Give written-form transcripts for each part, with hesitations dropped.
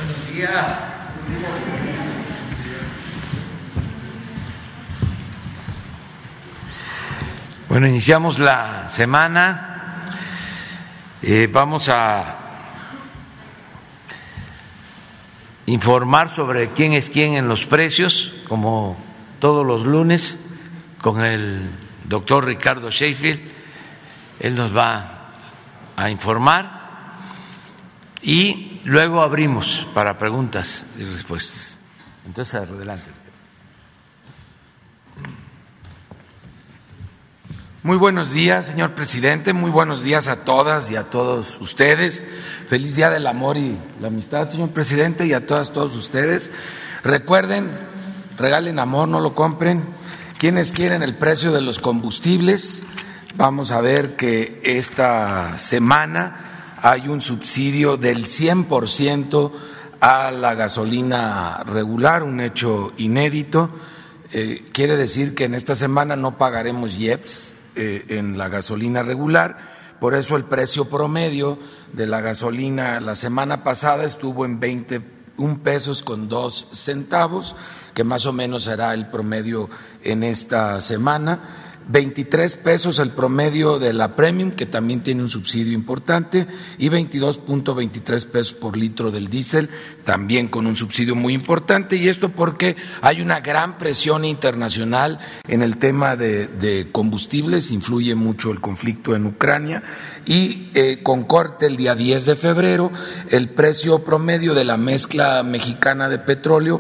Buenos días. Bueno, iniciamos la semana. Vamos a informar sobre quién es quién en los precios, como todos los lunes, con el doctor Ricardo Sheffield. Él nos va a informar y luego abrimos para preguntas y respuestas. Entonces, adelante. Muy buenos días, señor presidente, muy buenos días a todas y a todos ustedes. Feliz Día del Amor y la Amistad, señor presidente, y a todos ustedes. Recuerden, regalen amor, no lo compren. Quienes quieren el precio de los combustibles, vamos a ver que esta semana hay un subsidio del 100% a la gasolina regular, un hecho inédito. Quiere decir que en esta semana no pagaremos IEPS en la gasolina regular, por eso el precio promedio de la gasolina la semana pasada estuvo en 21 pesos con 2 centavos, que más o menos será el promedio en esta semana. 23 pesos el promedio de la Premium, que también tiene un subsidio importante, y 22.23 pesos por litro del diésel, también con un subsidio muy importante. Y esto porque hay una gran presión internacional en el tema de combustibles, influye mucho el conflicto en Ucrania, y con corte el día 10 de febrero, el precio promedio de la mezcla mexicana de petróleo,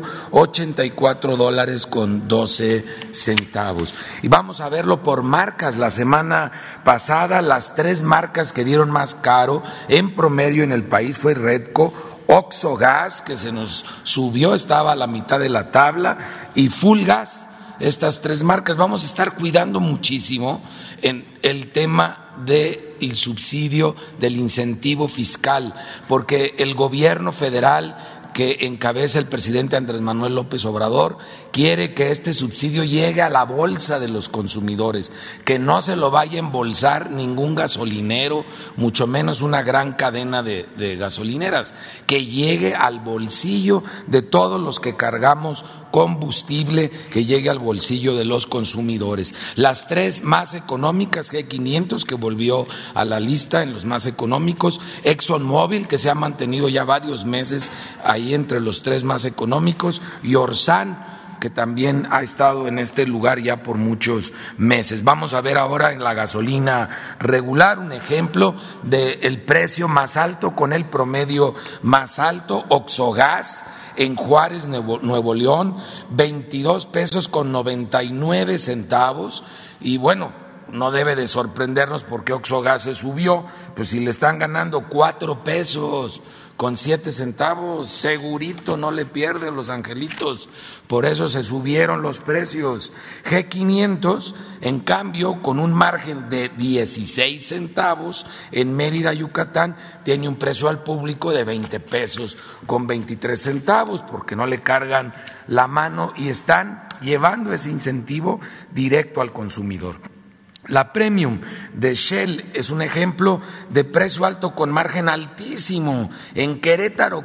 $84 con 12 centavos. Y vamos a verlo por marcas. La semana pasada las 3 marcas que dieron más caro en promedio en el país fue Redco, Oxxo Gas, que se nos subió, estaba a la mitad de la tabla, y Full Gas. Estas 3 marcas vamos a estar cuidando muchísimo en el tema del subsidio, del incentivo fiscal, porque el gobierno federal que encabeza el presidente Andrés Manuel López Obrador quiere que este subsidio llegue a la bolsa de los consumidores, que no se lo vaya a embolsar ningún gasolinero, mucho menos una gran cadena de gasolineras, que llegue al bolsillo de todos los que cargamos combustible, que llegue al bolsillo de los consumidores. Las 3 más económicas, G500, que volvió a la lista en los más económicos, ExxonMobil, que se ha mantenido ya varios meses ahí entre los 3 más económicos, y Orsan, que también ha estado en este lugar ya por muchos meses. Vamos a ver ahora en la gasolina regular un ejemplo del precio más alto con el promedio más alto. Oxxo Gas en Juárez, Nuevo León, 22 pesos con 99 centavos, y bueno, no debe de sorprendernos porque Oxxo Gas se subió, pues si le están ganando 4 pesos con 7 centavos, segurito no le pierden los angelitos, por eso se subieron los precios. G500, en cambio, con un margen de 16 centavos, en Mérida, Yucatán, tiene un precio al público de 20 pesos con 23 centavos, porque no le cargan la mano y están llevando ese incentivo directo al consumidor. La Premium de Shell es un ejemplo de precio alto con margen altísimo. En Querétaro,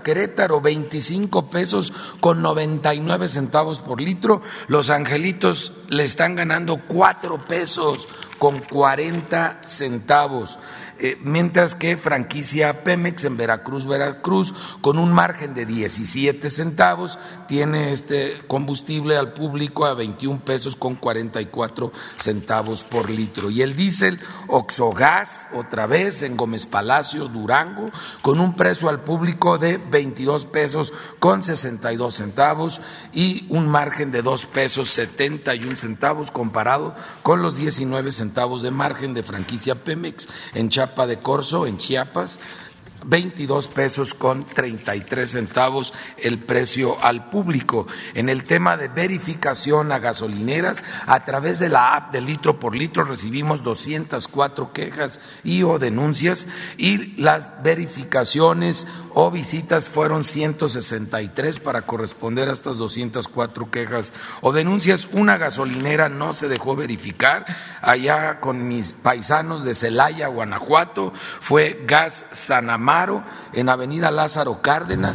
25 pesos con 99 centavos por litro. Los angelitos le están ganando 4 pesos con 40 centavos. Mientras que franquicia Pemex en Veracruz, con un margen de 17 centavos, tiene este combustible al público a 21 pesos con 44 centavos por litro. Y el diésel Oxxo Gas, otra vez en Gómez Palacio, Durango, con un precio al público de 22 pesos con 62 centavos y un margen de 2 pesos 71 centavos comparado con los 19 centavos de margen de franquicia Pemex en Chiapa de Corzo, en Chiapas. 22 pesos con 33 centavos el precio al público. En el tema de verificación a gasolineras, a través de la app de litro por litro recibimos 204 quejas y o denuncias, y las verificaciones o visitas fueron 163 para corresponder a estas 204 quejas o denuncias. Una gasolinera no se dejó verificar, allá con mis paisanos de Celaya, Guanajuato, fue Gas San Amaro en Avenida Lázaro Cárdenas.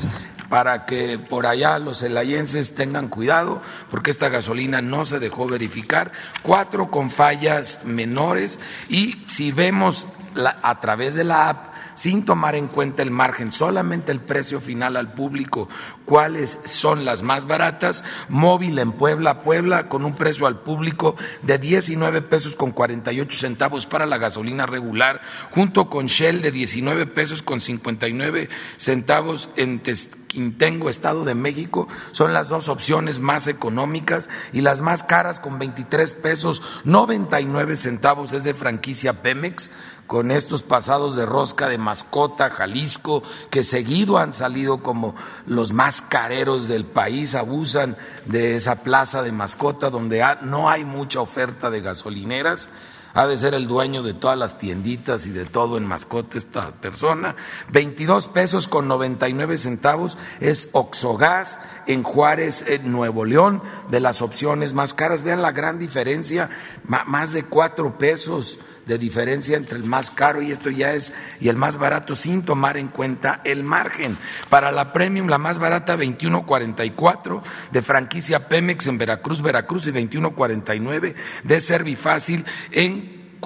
para que por allá los celayenses tengan cuidado, porque esta gasolina no se dejó verificar, 4 con fallas menores, y si vemos a través de la app, sin tomar en cuenta el margen, solamente el precio final al público, cuáles son las más baratas. Móvil en Puebla, con un precio al público de 19 pesos con 48 centavos para la gasolina regular, junto con Shell de 19 pesos con 59 centavos en Quintengo, Estado de México. Son las 2 opciones más económicas, y las más caras con 23 pesos 99 centavos es de franquicia Pemex, con estos pasados de rosca de Mascota, Jalisco, que seguido han salido como los más careros del país. Abusan de esa plaza de Mascota donde no hay mucha oferta de gasolineras. Ha de ser el dueño de todas las tienditas y de todo en Mascota esta persona. 22 pesos con 99 centavos es Oxogas en Juárez, en Nuevo León, de las opciones más caras. Vean la gran diferencia, más de 4 pesos de diferencia entre el más caro y el más barato, sin tomar en cuenta el margen. Para la Premium, la más barata 21.44 de franquicia Pemex en Veracruz, y 21.49 de Servifácil en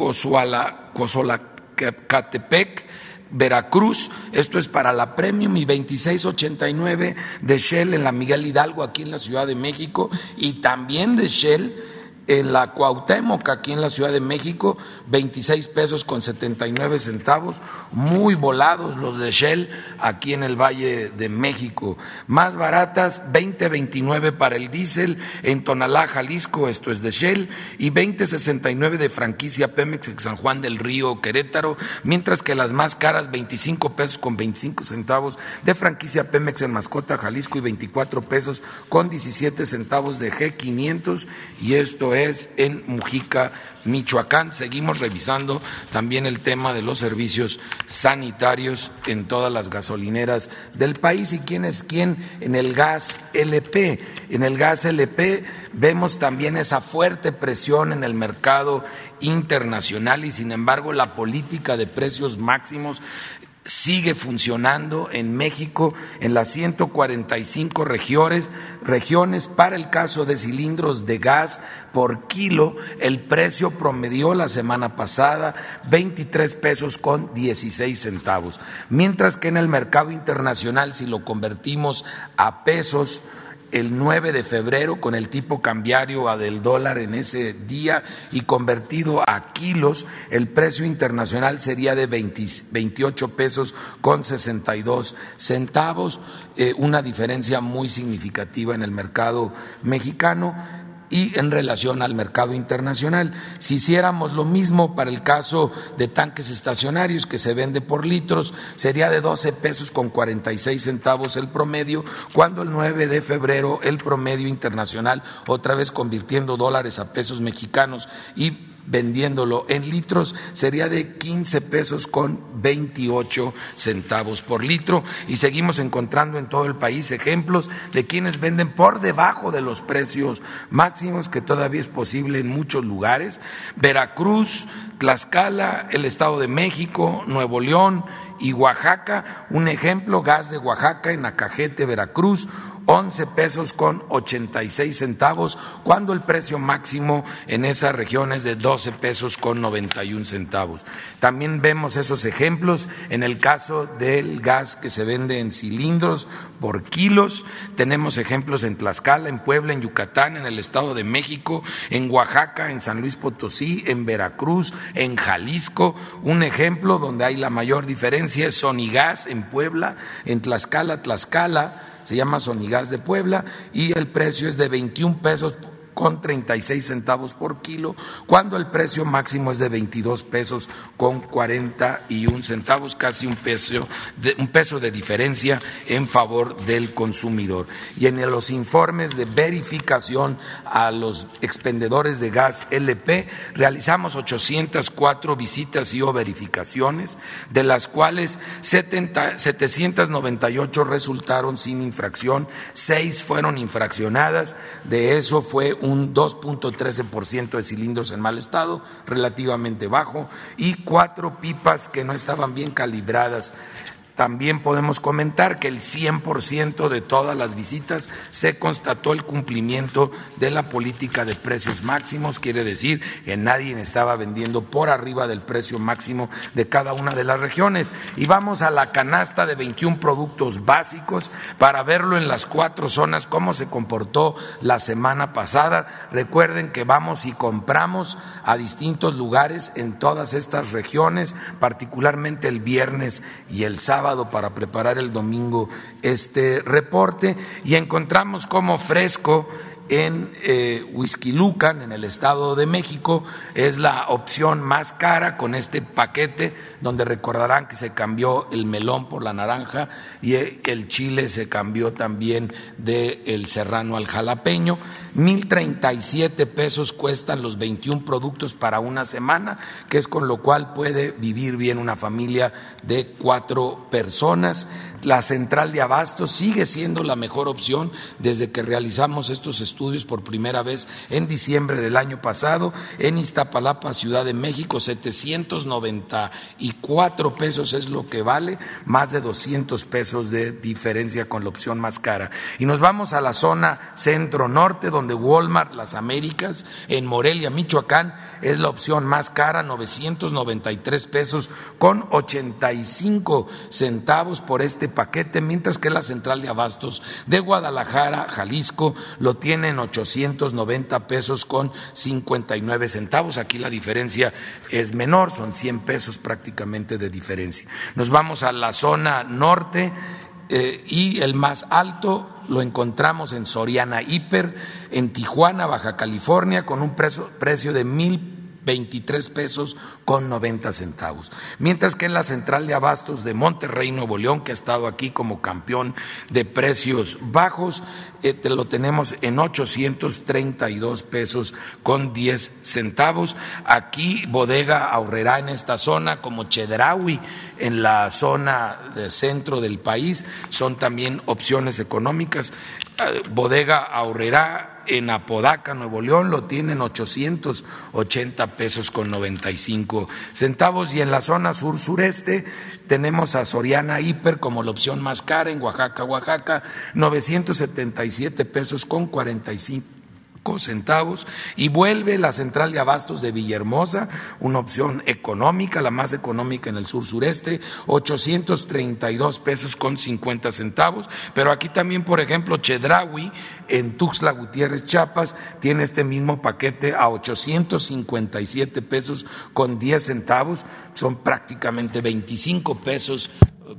Cozoacatepec, Veracruz. Esto es para la Premium, y 26.89 de Shell en la Miguel Hidalgo, aquí en la Ciudad de México, y también de Shell en la Cuauhtémoc, aquí en la Ciudad de México, 26 pesos con 79 centavos, muy volados los de Shell aquí en el Valle de México. Más baratas, 20.29 para el diésel en Tonalá, Jalisco, esto es de Shell, y 20.69 de franquicia Pemex en San Juan del Río, Querétaro, mientras que las más caras, 25 pesos con 25 centavos de franquicia Pemex en Mascota, Jalisco, y 24 pesos con 17 centavos de G500, y esto es en Mujica, Michoacán. Seguimos revisando también el tema de los servicios sanitarios en todas las gasolineras del país. ¿Y quién es quién en el gas LP? En el gas LP vemos también esa fuerte presión en el mercado internacional, y sin embargo la política de precios máximos sigue funcionando en México en las 145 regiones. Para el caso de cilindros de gas por kilo, el precio promedió la semana pasada 23 pesos con 16 centavos, mientras que en el mercado internacional, si lo convertimos a pesos, el 9 de febrero, con el tipo cambiario del dólar en ese día y convertido a kilos, el precio internacional sería de 28 pesos con 62 centavos, una diferencia muy significativa en el mercado mexicano y en relación al mercado internacional. Si hiciéramos lo mismo para el caso de tanques estacionarios que se vende por litros, sería de 12 pesos con 46 centavos el promedio, cuando el 9 de febrero el promedio internacional, otra vez convirtiendo dólares a pesos mexicanos y vendiéndolo en litros, sería de 15 pesos con 28 centavos por litro. Y seguimos encontrando en todo el país ejemplos de quienes venden por debajo de los precios máximos, que todavía es posible en muchos lugares. Veracruz, Tlaxcala, el Estado de México, Nuevo León y Oaxaca. Un ejemplo, gas de Oaxaca en Acajete, Veracruz, 11 pesos con 86 centavos, cuando el precio máximo en esa región es de 12 pesos con 91 centavos. También vemos esos ejemplos en el caso del gas que se vende en cilindros por kilos. Tenemos ejemplos en Tlaxcala, en Puebla, en Yucatán, en el Estado de México, en Oaxaca, en San Luis Potosí, en Veracruz, en Jalisco. Un ejemplo donde hay la mayor diferencia es Sonigas en Puebla, en Tlaxcala, se llama Sonigas de Puebla, y el precio es de 21 pesos con 36 centavos por kilo, cuando el precio máximo es de 22 pesos con 41 centavos, casi un peso de diferencia en favor del consumidor. Y en los informes de verificación a los expendedores de gas LP, realizamos 804 visitas y o verificaciones, de las cuales 798 resultaron sin infracción, 6 fueron infraccionadas. De eso fue un 2.13% de cilindros en mal estado, relativamente bajo, y 4 pipas que no estaban bien calibradas. también podemos comentar que el 100% de todas las visitas se constató el cumplimiento de la política de precios máximos, quiere decir que nadie estaba vendiendo por arriba del precio máximo de cada una de las regiones. Y vamos a la canasta de 21 productos básicos para verlo en las 4 zonas, cómo se comportó la semana pasada. Recuerden que vamos y compramos a distintos lugares en todas estas regiones, particularmente el viernes y el sábado, para preparar el domingo este reporte, y encontramos como Fresco en Huixquilucan, en el Estado de México, es la opción más cara con este paquete, donde recordarán que se cambió el melón por la naranja y el chile se cambió también del serrano al jalapeño. 1,037 pesos cuestan los 21 productos para una semana, que es con lo cual puede vivir bien una familia de 4 personas. La central de abastos sigue siendo la mejor opción desde que realizamos estos estudios por primera vez en diciembre del año pasado. En Iztapalapa, Ciudad de México, 794 pesos es lo que vale, más de 200 pesos de diferencia con la opción más cara. Y nos vamos a la zona centro-norte, donde Walmart Las Américas, en Morelia, Michoacán, es la opción más cara, 993 pesos con 85 centavos por este paquete, mientras que la central de abastos de Guadalajara, Jalisco, lo tiene en 890 pesos con 59 centavos. Aquí la diferencia es menor, son 100 pesos prácticamente de diferencia. Nos vamos a la zona norte y el más alto lo encontramos en Soriana Hiper, en Tijuana, Baja California, con un precio de 1,023 pesos con 90 centavos. Mientras que en la central de abastos de Monterrey, Nuevo León, que ha estado aquí como campeón de precios bajos, lo tenemos en 832 pesos con 10 centavos. Aquí Bodega Aurrerá en esta zona, como Chedraui en la zona de centro del país, son también opciones económicas. Bodega Aurrerá en Apodaca, Nuevo León, lo tienen 880 pesos con 95 centavos. Y en la zona sur-sureste tenemos a Soriana Hiper como la opción más cara, en Oaxaca, 977 pesos con 45 centavos. Y vuelve la central de abastos de Villahermosa, una opción económica, la más económica en el sur sureste, 832 pesos con 50 centavos. Pero aquí también, por ejemplo, Chedraui en Tuxtla Gutiérrez, Chiapas, tiene este mismo paquete a 857 pesos con 10 centavos, son prácticamente 25 pesos,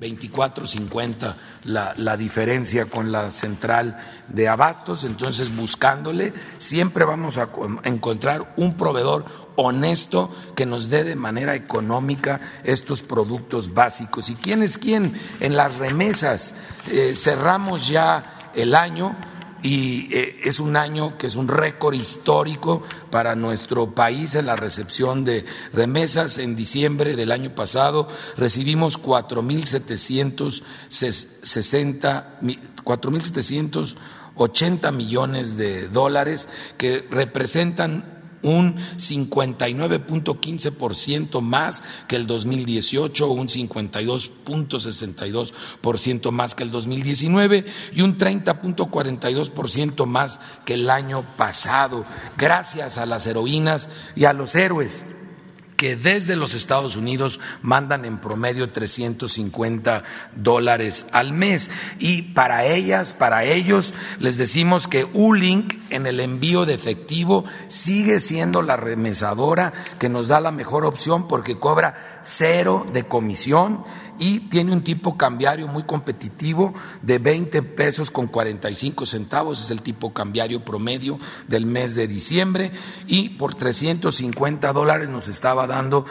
24.50 la diferencia con la central de abastos. Entonces, buscándole, siempre vamos a encontrar un proveedor honesto que nos dé de manera económica estos productos básicos. ¿Y quién es quién? En las remesas cerramos ya el año, y es un año que es un récord histórico para nuestro país en la recepción de remesas. En diciembre del año pasado recibimos 4,780 millones de dólares, que representan un 59.15% más que el 2018, un 52.62% más que el 2019 y un 30.42% más que el año pasado, gracias a las heroínas y a los héroes que desde los Estados Unidos mandan en promedio $350 al mes. Y para ellas, para ellos, les decimos que U-Link en el envío de efectivo sigue siendo la remesadora que nos da la mejor opción, porque cobra 0 de comisión y tiene un tipo cambiario muy competitivo de 20 pesos con 45 centavos, es el tipo cambiario promedio del mes de diciembre, y por $350 nos estaba dando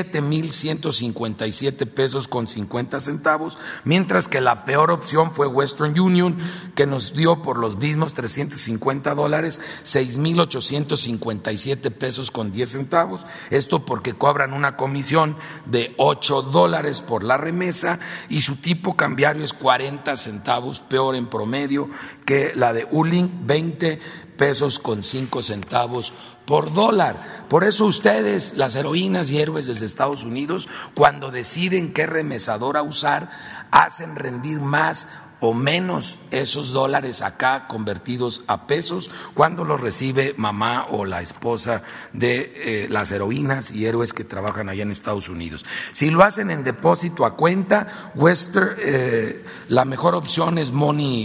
7,157 pesos con 50 centavos, mientras que la peor opción fue Western Union, que nos dio por los mismos $350 6,857 pesos con 10 centavos, esto porque cobran una comisión de $8 por la remesa remesa y su tipo cambiario es 40 centavos peor en promedio que la de U-Link, 20 pesos con 5 centavos por dólar. Por eso ustedes, las heroínas y héroes desde Estados Unidos, cuando deciden qué remesadora usar, hacen rendir más o menos esos dólares acá convertidos a pesos cuando los recibe mamá o la esposa de las heroínas y héroes que trabajan allá en Estados Unidos. Si lo hacen en depósito a cuenta, Western, la mejor opción es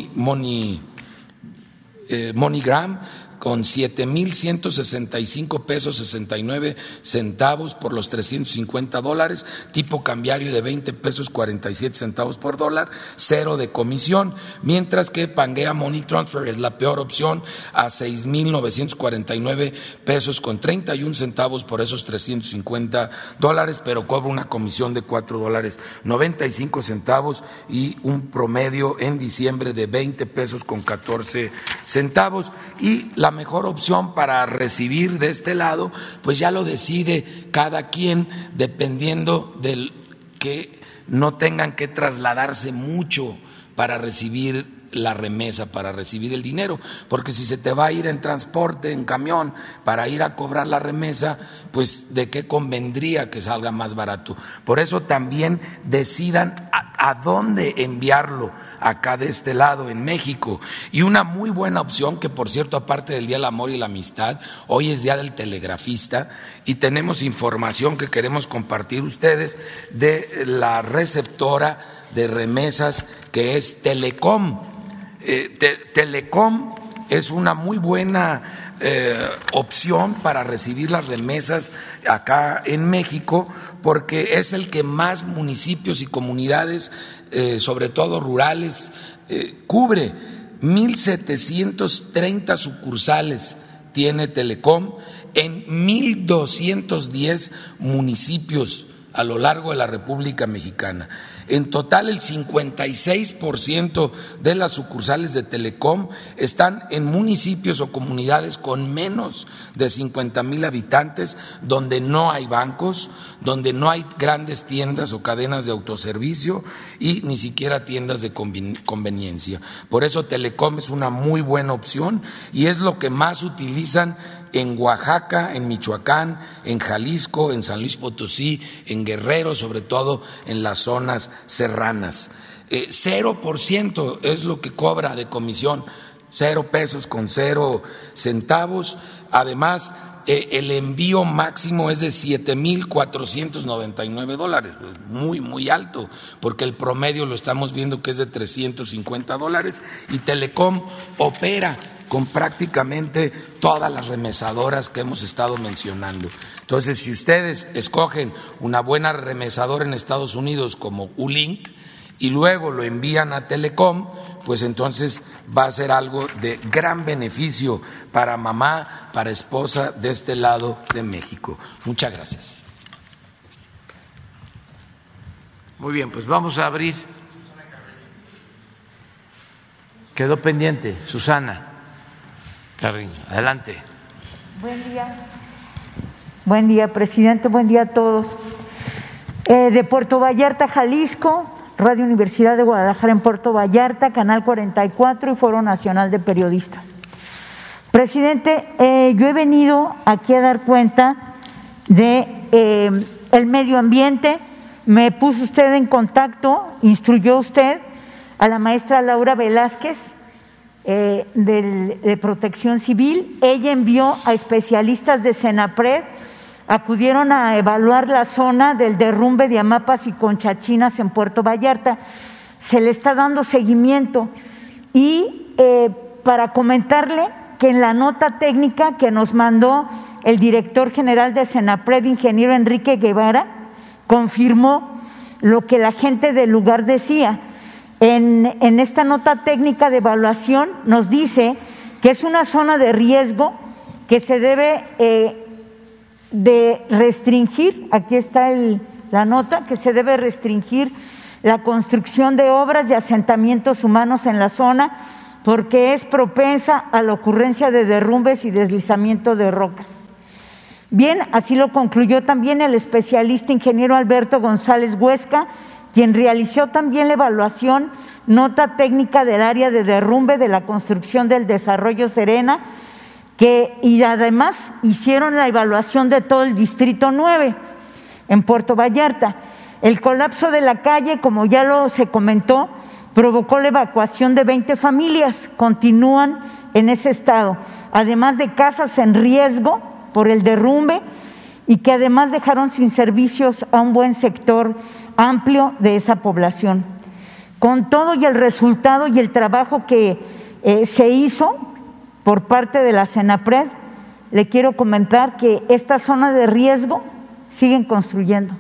MoneyGram, con 7,165 pesos 69 centavos por los $350, tipo cambiario de 20 pesos 47 centavos por dólar, cero de comisión, mientras que Pangea Money Transfer es la peor opción a 6,949 pesos con 31 centavos por esos $350, pero cobra una comisión de $4.95 y un promedio en diciembre de 20 pesos con 14 centavos. Y la mejor opción para recibir de este lado, pues ya lo decide cada quien dependiendo del que no tengan que trasladarse mucho para recibir la remesa, para recibir el dinero, porque si se te va a ir en transporte, en camión, para ir a cobrar la remesa, pues de qué convendría que salga más barato. Por eso también decidan a dónde enviarlo acá de este lado en México. Y una muy buena opción, que por cierto, aparte del Día del Amor y la Amistad, hoy es Día del Telegrafista y tenemos información que queremos compartir ustedes de la receptora de remesas que es Telecom. Telecom es una muy buena opción para recibir las remesas acá en México, porque es el que más municipios y comunidades, sobre todo rurales, cubre. 1,730 sucursales tiene Telecom en 1,210 municipios a lo largo de la República Mexicana. En total, el 56% de las sucursales de Telecom están en municipios o comunidades con menos de 50,000 habitantes, donde no hay bancos, donde no hay grandes tiendas o cadenas de autoservicio y ni siquiera tiendas de conveniencia. Por eso Telecom es una muy buena opción y es lo que más utilizan en Oaxaca, en Michoacán, en Jalisco, en San Luis Potosí, en Guerrero, sobre todo en las zonas serranas. 0% es lo que cobra de comisión, 0 pesos con 0 centavos. Además, el envío máximo es de $7,499, muy, muy alto, porque el promedio lo estamos viendo que es de $350, y Telecom opera con prácticamente todas las remesadoras que hemos estado mencionando. Entonces, si ustedes escogen una buena remesadora en Estados Unidos como U-Link y luego lo envían a Telecom, pues entonces va a ser algo de gran beneficio para mamá, para esposa de este lado de México. Muchas gracias. Muy bien, pues vamos a abrir. Quedó pendiente, Susana Carreño, adelante. Buen día. Buen día, presidente. Buen día a todos. De Puerto Vallarta, Jalisco, Radio Universidad de Guadalajara en Puerto Vallarta, Canal 44 y Foro Nacional de Periodistas. Presidente, yo he venido aquí a dar cuenta de el medio ambiente. Me puso usted en contacto, instruyó usted a la maestra Laura Velázquez, de Protección Civil. Ella envió a especialistas de Senapred, acudieron a evaluar la zona del derrumbe de hamapas y conchachinas en Puerto Vallarta. Se le está dando seguimiento y para comentarle que en la nota técnica que nos mandó el director general de Senapred, ingeniero Enrique Guevara, confirmó lo que la gente del lugar decía. En esta nota técnica de evaluación nos dice que es una zona de riesgo que se debe de restringir, aquí está la nota, que se debe restringir la construcción de obras y asentamientos humanos en la zona porque es propensa a la ocurrencia de derrumbes y deslizamiento de rocas. Bien, así lo concluyó también el especialista ingeniero Alberto González Huesca, quien realizó también la evaluación, nota técnica del área de derrumbe de la construcción del desarrollo Serena, y además hicieron la evaluación de todo el Distrito 9 en Puerto Vallarta. El colapso de la calle, como ya se comentó, provocó la evacuación de 20 familias, continúan en ese estado, además de casas en riesgo por el derrumbe y que además dejaron sin servicios a un buen sector amplio de esa población. Con todo y el resultado y el trabajo que se hizo por parte de la CENAPRED, le quiero comentar que esta zona de riesgo siguen construyendo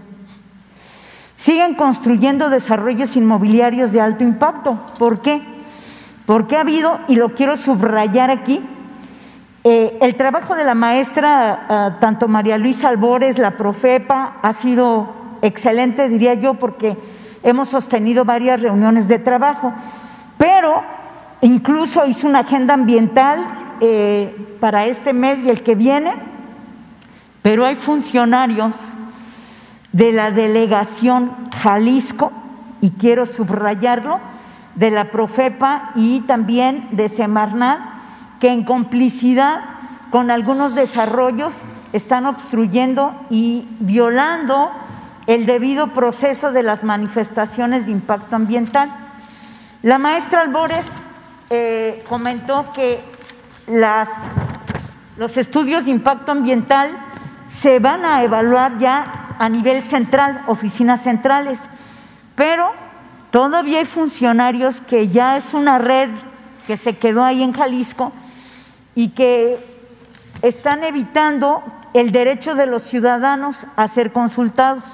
desarrollos inmobiliarios de alto impacto. ¿Por qué? Porque ha habido, y lo quiero subrayar aquí, el trabajo de la maestra, tanto María Luisa Albores, la Profepa, ha sido excelente, diría yo, porque hemos sostenido varias reuniones de trabajo, pero incluso hizo una agenda ambiental para este mes y el que viene, pero hay funcionarios de la delegación Jalisco, y quiero subrayarlo, de la Profepa y también de Semarnat, que en complicidad con algunos desarrollos están obstruyendo y violando el debido proceso de las manifestaciones de impacto ambiental. La maestra Albores comentó que los estudios de impacto ambiental se van a evaluar ya a nivel central, oficinas centrales, pero todavía hay funcionarios que ya es una red que se quedó ahí en Jalisco y que están evitando el derecho de los ciudadanos a ser consultados.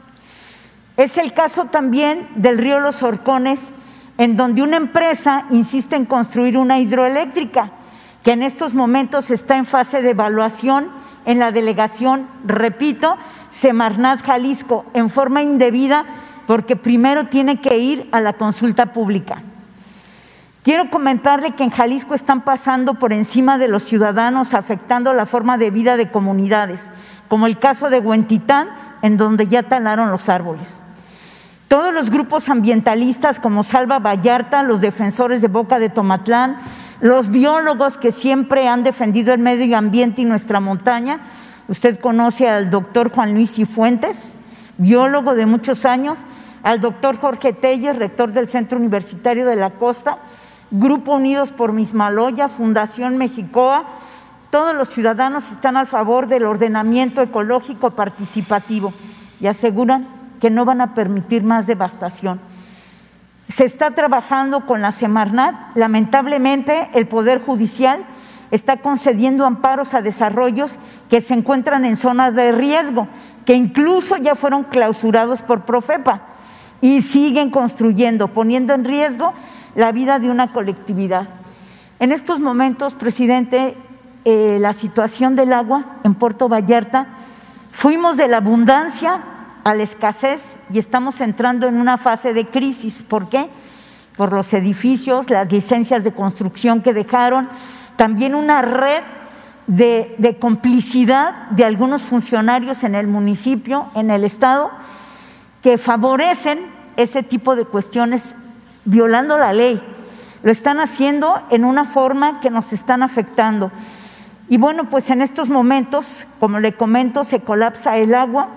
Es el caso también del río Los Horcones, en donde una empresa insiste en construir una hidroeléctrica que en estos momentos está en fase de evaluación en la delegación, repito, Semarnat Jalisco, en forma indebida, porque primero tiene que ir a la consulta pública. Quiero comentarle que en Jalisco están pasando por encima de los ciudadanos, afectando la forma de vida de comunidades, como el caso de Huentitán, en donde ya talaron los árboles. Todos los grupos ambientalistas como Salva Vallarta, los defensores de Boca de Tomatlán, los biólogos que siempre han defendido el medio ambiente y nuestra montaña. Usted conoce al doctor Juan Luis Cifuentes, biólogo de muchos años, al doctor Jorge Telles, rector del Centro Universitario de la Costa, Grupo Unidos por Mismaloya, Fundación Mexicoa. Todos los ciudadanos están a favor del ordenamiento ecológico participativo y aseguran que no van a permitir más devastación. Se está trabajando con la Semarnat. Lamentablemente, el Poder Judicial está concediendo amparos a desarrollos que se encuentran en zonas de riesgo, que incluso ya fueron clausurados por Profepa y siguen construyendo, poniendo en riesgo la vida de una colectividad. En estos momentos, presidente, la situación del agua en Puerto Vallarta, fuimos de la abundancia a la escasez y estamos entrando en una fase de crisis. ¿Por qué? Por los edificios, las licencias de construcción que dejaron, también una red de complicidad de algunos funcionarios en el municipio, en el estado, que favorecen ese tipo de cuestiones violando la ley. Lo están haciendo en una forma que nos están afectando. Y bueno, pues en estos momentos, como le comento, se colapsa el agua.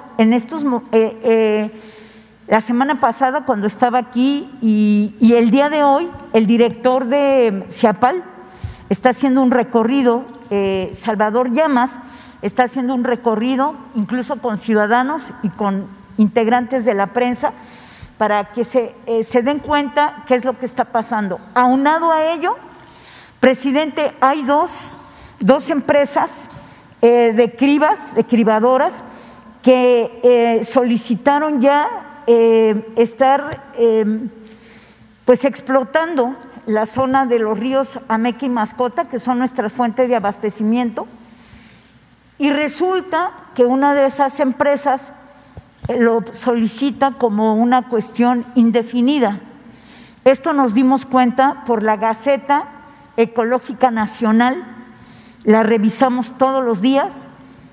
La semana pasada, cuando estaba aquí, y el día de hoy, el director de Ciapal está haciendo un recorrido, Salvador Llamas está haciendo un recorrido, incluso con ciudadanos y con integrantes de la prensa, para que se den cuenta qué es lo que está pasando. Aunado a ello, presidente, hay dos empresas de cribadoras que solicitaron ya estar pues explotando la zona de los ríos Ameca y Mascota, que son nuestra fuente de abastecimiento, y resulta que una de esas empresas lo solicita como una cuestión indefinida. Esto nos dimos cuenta por la Gaceta Ecológica Nacional, la revisamos todos los días,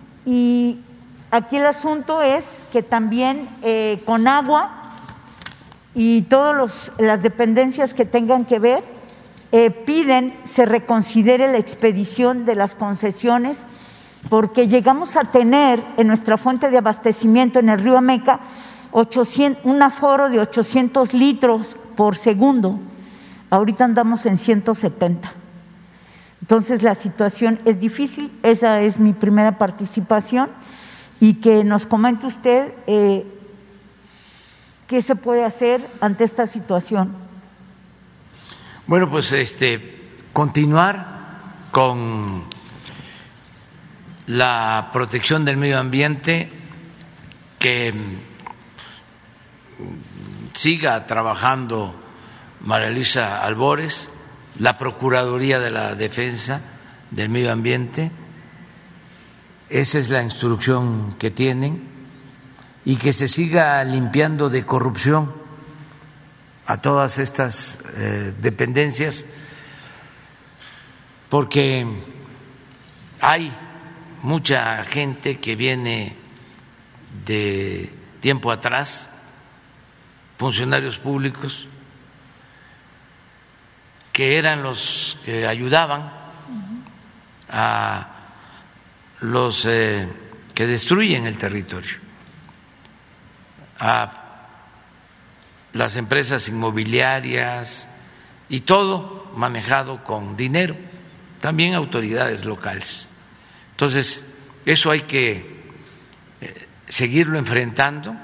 y aquí el asunto es que también Conagua y todas las dependencias que tengan que ver piden se reconsidere la expedición de las concesiones, porque llegamos a tener en nuestra fuente de abastecimiento en el río Ameca un aforo de 800 litros por segundo. Ahorita andamos en 170. Entonces la situación es difícil. Esa es mi primera participación, y que nos comente usted qué se puede hacer ante esta situación. Bueno, pues continuar con la protección del medio ambiente, que siga trabajando María Luisa Albores, la Procuraduría de la Defensa del Medio Ambiente. Esa es la instrucción que tienen, y que se siga limpiando de corrupción a todas estas dependencias, porque hay mucha gente que viene de tiempo atrás, funcionarios públicos, que eran los que ayudaban a los que destruyen el territorio, a las empresas inmobiliarias, y todo manejado con dinero, también autoridades locales. Entonces, eso hay que seguirlo enfrentando,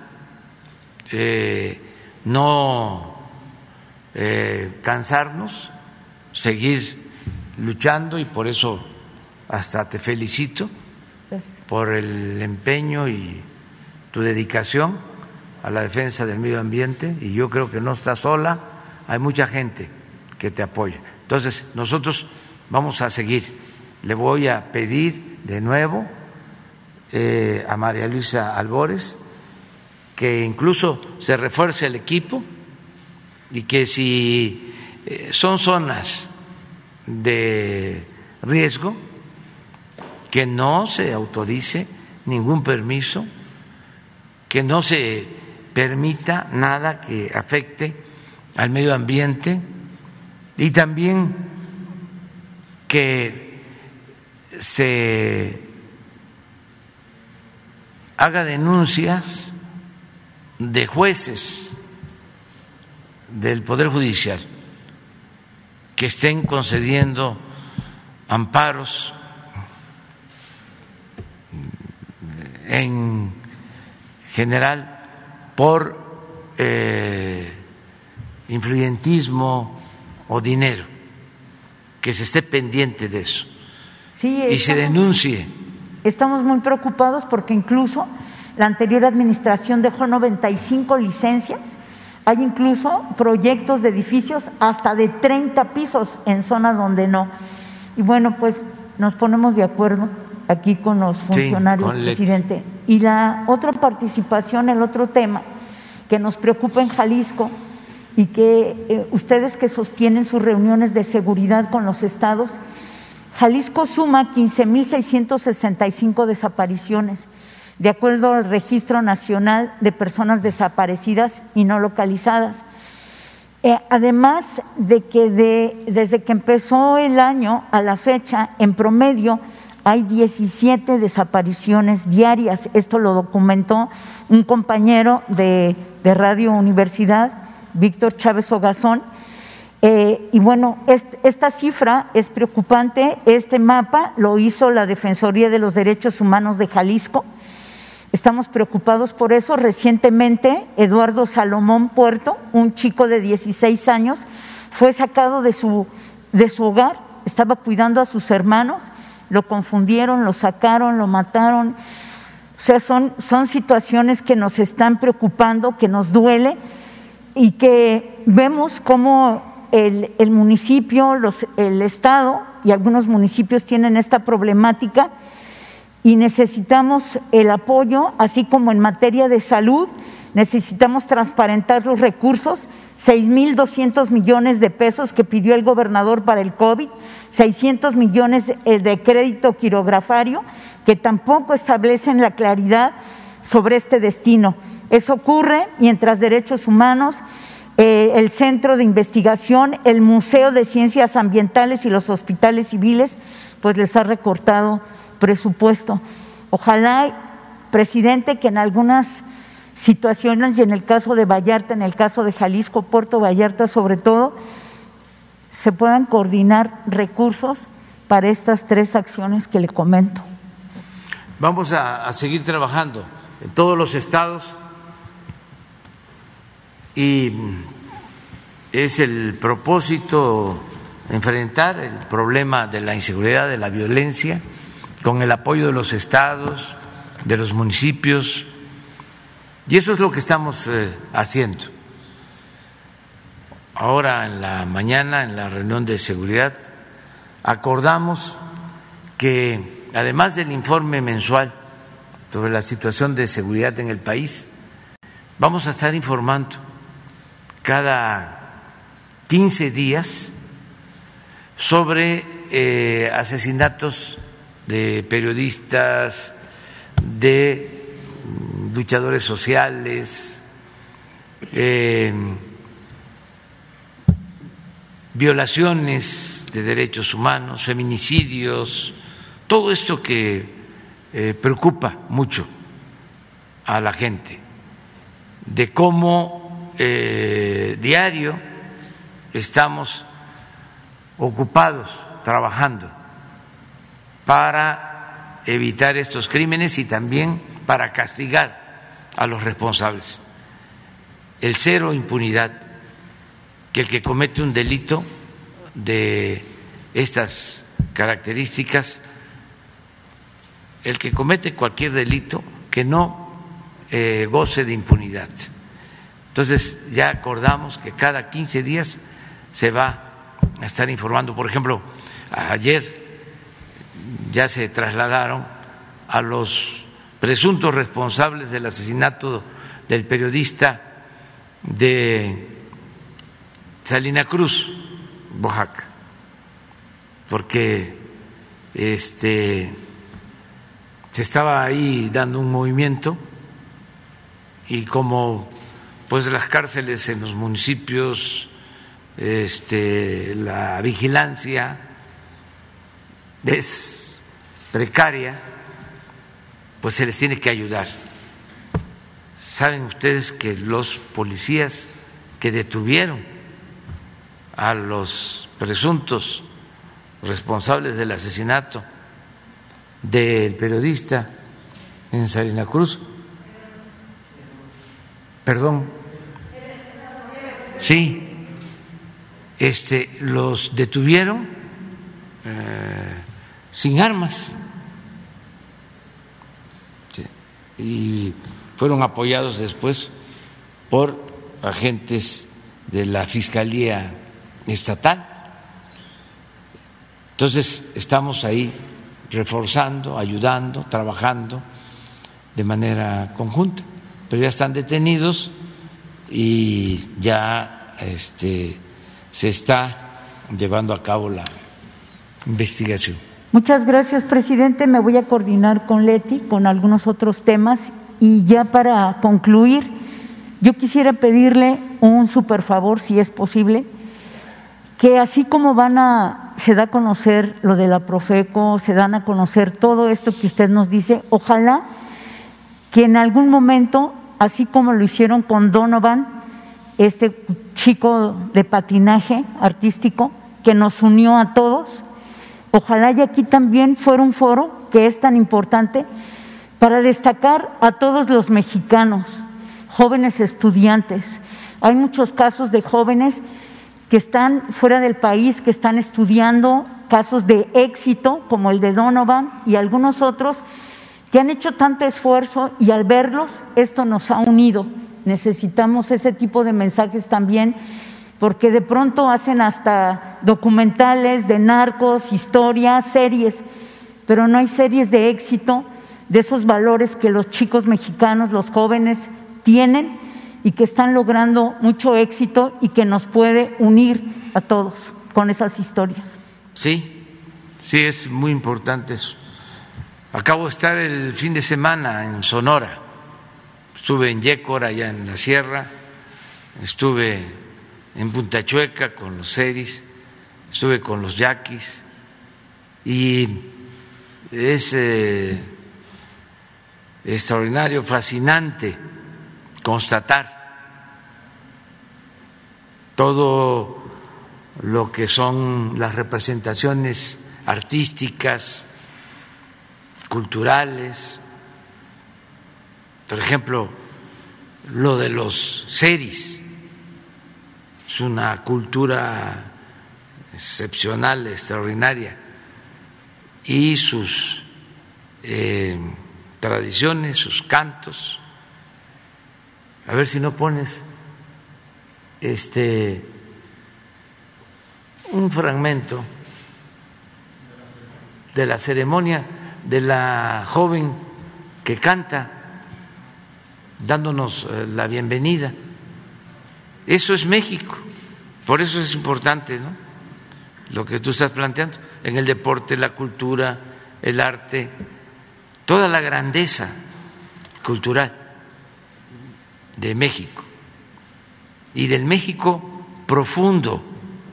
no cansarnos, seguir luchando, y por eso hasta te felicito por el empeño y tu dedicación a la defensa del medio ambiente, y yo creo que no estás sola, hay mucha gente que te apoya. Entonces, nosotros vamos a seguir. Le voy a pedir de nuevo a María Luisa Albores que incluso se refuerce el equipo, y que si son zonas de riesgo, que no se autorice ningún permiso, que no se permita nada que afecte al medio ambiente, y también que se haga denuncias de jueces del Poder Judicial que estén concediendo amparos en general por influyentismo o dinero, que se esté pendiente de eso, sí, y se denuncie. Estamos muy preocupados porque incluso la anterior administración dejó 95 licencias. Hay incluso proyectos de edificios hasta de 30 pisos en zonas donde no. Y bueno, pues nos ponemos de acuerdo aquí con los funcionarios, sí, presidente. Y la otra participación, el otro tema que nos preocupa en Jalisco, y que ustedes que sostienen sus reuniones de seguridad con los estados, Jalisco suma 15,665 desapariciones, de acuerdo al Registro Nacional de Personas Desaparecidas y No Localizadas. Además de que desde que empezó el año a la fecha, en promedio, hay 17 desapariciones diarias. Esto lo documentó un compañero de Radio Universidad, Víctor Chávez Ogazón. Y bueno, esta cifra es preocupante. Este mapa lo hizo la Defensoría de los Derechos Humanos de Jalisco. Estamos preocupados por eso. Recientemente, Eduardo Salomón Puerto, un chico de 16 años, fue sacado de su hogar, estaba cuidando a sus hermanos, lo confundieron, lo sacaron, lo mataron. O sea, son situaciones que nos están preocupando, que nos duele, y que vemos cómo el municipio, el estado y algunos municipios tienen esta problemática, y necesitamos el apoyo, así como en materia de salud, necesitamos transparentar los recursos, 6,200 millones de pesos que pidió el gobernador para el COVID, 600 millones de crédito quirografario, que tampoco establecen la claridad sobre este destino. Eso ocurre mientras Derechos Humanos el Centro de Investigación, el Museo de Ciencias Ambientales y los hospitales civiles, pues les ha recortado presupuesto. Ojalá, presidente, que en algunas situaciones, y en el caso de Vallarta, en el caso de Jalisco, Puerto Vallarta sobre todo, se puedan coordinar recursos para estas 3 acciones que le comento. Vamos a seguir trabajando en todos los estados y es el propósito enfrentar el problema de la inseguridad, de la violencia, con el apoyo de los estados, de los municipios, y eso es lo que estamos haciendo. Ahora en la mañana, en la reunión de seguridad, acordamos que además del informe mensual sobre la situación de seguridad en el país, vamos a estar informando cada 15 días sobre asesinatos de periodistas, de luchadores sociales, violaciones de derechos humanos, feminicidios, todo esto que preocupa mucho a la gente, de cómo diario estamos ocupados trabajando para evitar estos crímenes y también para castigar a los responsables. El cero impunidad, que el que comete un delito de estas características, el que comete cualquier delito, que no goce de impunidad. Entonces ya acordamos que cada 15 días se va a estar informando. Por ejemplo, ayer ya se trasladaron a los presuntos responsables del asesinato del periodista de Salina Cruz, Oaxaca, porque se estaba ahí dando un movimiento y como pues las cárceles en los municipios, la vigilancia es precaria, pues se les tiene que ayudar. Saben ustedes que los policías que detuvieron a los presuntos responsables del asesinato del periodista en Salina Cruz, sí, los detuvieron sin armas, sí, y fueron apoyados después por agentes de la Fiscalía Estatal. Entonces estamos ahí reforzando, ayudando, trabajando de manera conjunta, pero ya están detenidos y ya se está llevando a cabo la investigación. Muchas gracias, presidente. Me voy a coordinar con Leti con algunos otros temas y ya para concluir, yo quisiera pedirle un súper favor, si es posible, que así como se da a conocer lo de la Profeco, se dan a conocer todo esto que usted nos dice, ojalá que en algún momento, así como lo hicieron con Donovan, este chico de patinaje artístico que nos unió a todos, ojalá y aquí también fuera un foro que es tan importante para destacar a todos los mexicanos, jóvenes estudiantes. Hay muchos casos de jóvenes que están fuera del país, que están estudiando, casos de éxito como el de Donovan y algunos otros que han hecho tanto esfuerzo y al verlos esto nos ha unido. Necesitamos ese tipo de mensajes también, porque de pronto hacen hasta documentales de narcos, historias, series, pero no hay series de éxito, de esos valores que los chicos mexicanos, los jóvenes tienen y que están logrando mucho éxito y que nos puede unir a todos con esas historias. Sí, es muy importante eso. Acabo de estar el fin de semana en Sonora, estuve en Yécora, allá en la sierra, estuve en Punta Chueca con los seris, estuve con los yaquis y es extraordinario, fascinante constatar todo lo que son las representaciones artísticas, culturales, por ejemplo, lo de los seris, es una cultura excepcional, extraordinaria, y sus tradiciones, sus cantos. A ver si no pones un fragmento de la ceremonia de la joven que canta, dándonos la bienvenida. Eso es México, por eso es importante, ¿no?, lo que tú estás planteando, en el deporte, la cultura, el arte, toda la grandeza cultural de México y del México profundo,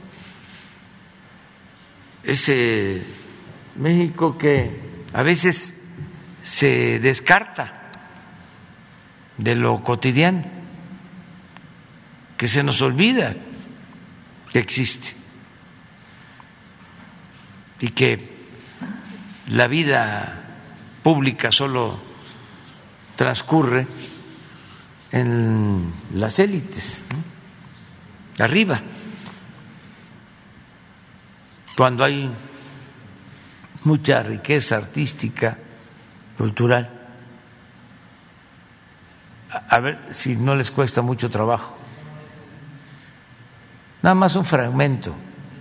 ese México que a veces se descarta de lo cotidiano, que se nos olvida que existe y que la vida pública solo transcurre en las élites, ¿no?, arriba, cuando hay mucha riqueza artística, cultural. A ver si no les cuesta mucho trabajo. Nada más un fragmento.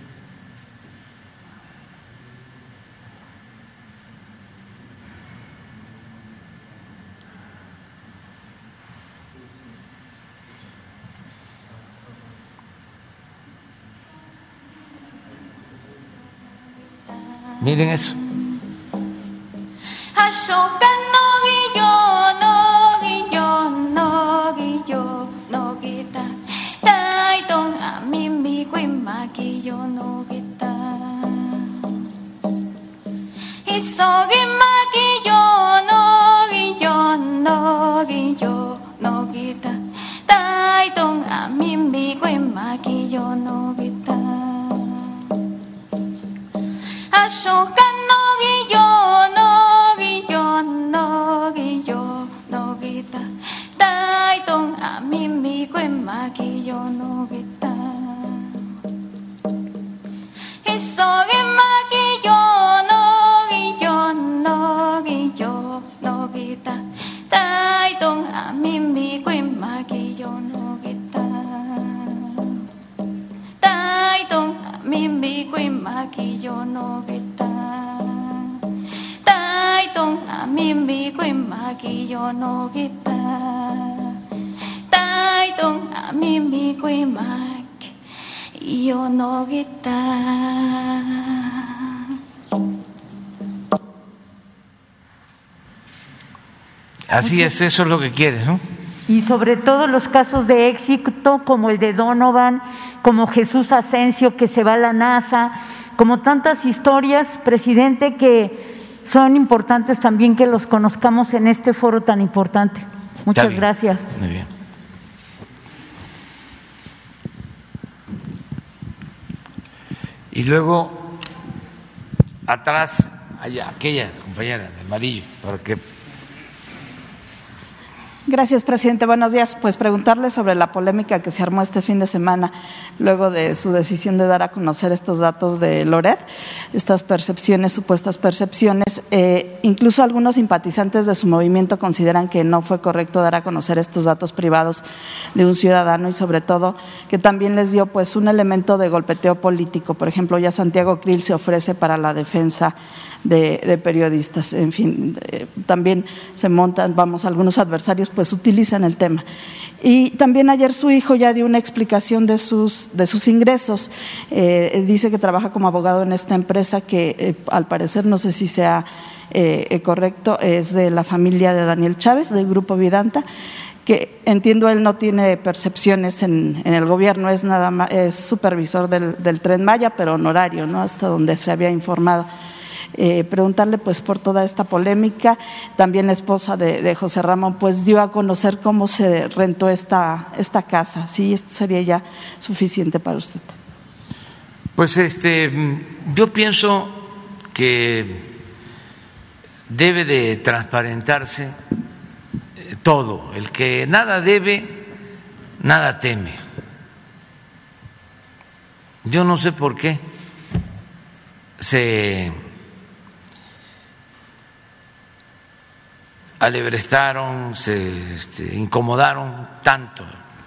Miren eso. Así es, eso es lo que quieres, ¿no? Y sobre todo los casos de éxito como el de Donovan, como Jesús Asensio que se va a la NASA, como tantas historias, presidente, que son importantes también que los conozcamos en este foro tan importante. Muchas gracias. Muy bien. Y luego, atrás, allá, aquella compañera de amarillo, para que... Gracias, presidente. Buenos días. Pues preguntarle sobre la polémica que se armó este fin de semana luego de su decisión de dar a conocer estos datos de Loret, estas percepciones, supuestas percepciones. Incluso algunos simpatizantes de su movimiento consideran que no fue correcto dar a conocer estos datos privados de un ciudadano y sobre todo que también les dio pues un elemento de golpeteo político. Por ejemplo, ya Santiago Krill se ofrece para la defensa de periodistas. En fin, también se montan, algunos adversarios pues utilizan el tema. Y también ayer su hijo ya dio una explicación de sus ingresos. Dice que trabaja como abogado en esta empresa que al parecer, no sé si sea correcto, es de la familia de Daniel Chávez, del Grupo Vidanta, que entiendo él no tiene percepciones en el gobierno, es nada más, es supervisor del Tren Maya, pero honorario, ¿no? Hasta donde se había informado. Preguntarle pues por toda esta polémica. También la esposa de José Ramón pues dio a conocer cómo se rentó esta casa. ¿Sí? ¿Esto sería ya suficiente para usted? Pues yo pienso que debe de transparentarse todo. El que nada debe, nada teme. Yo no sé por qué se alebrestaron, se incomodaron tanto,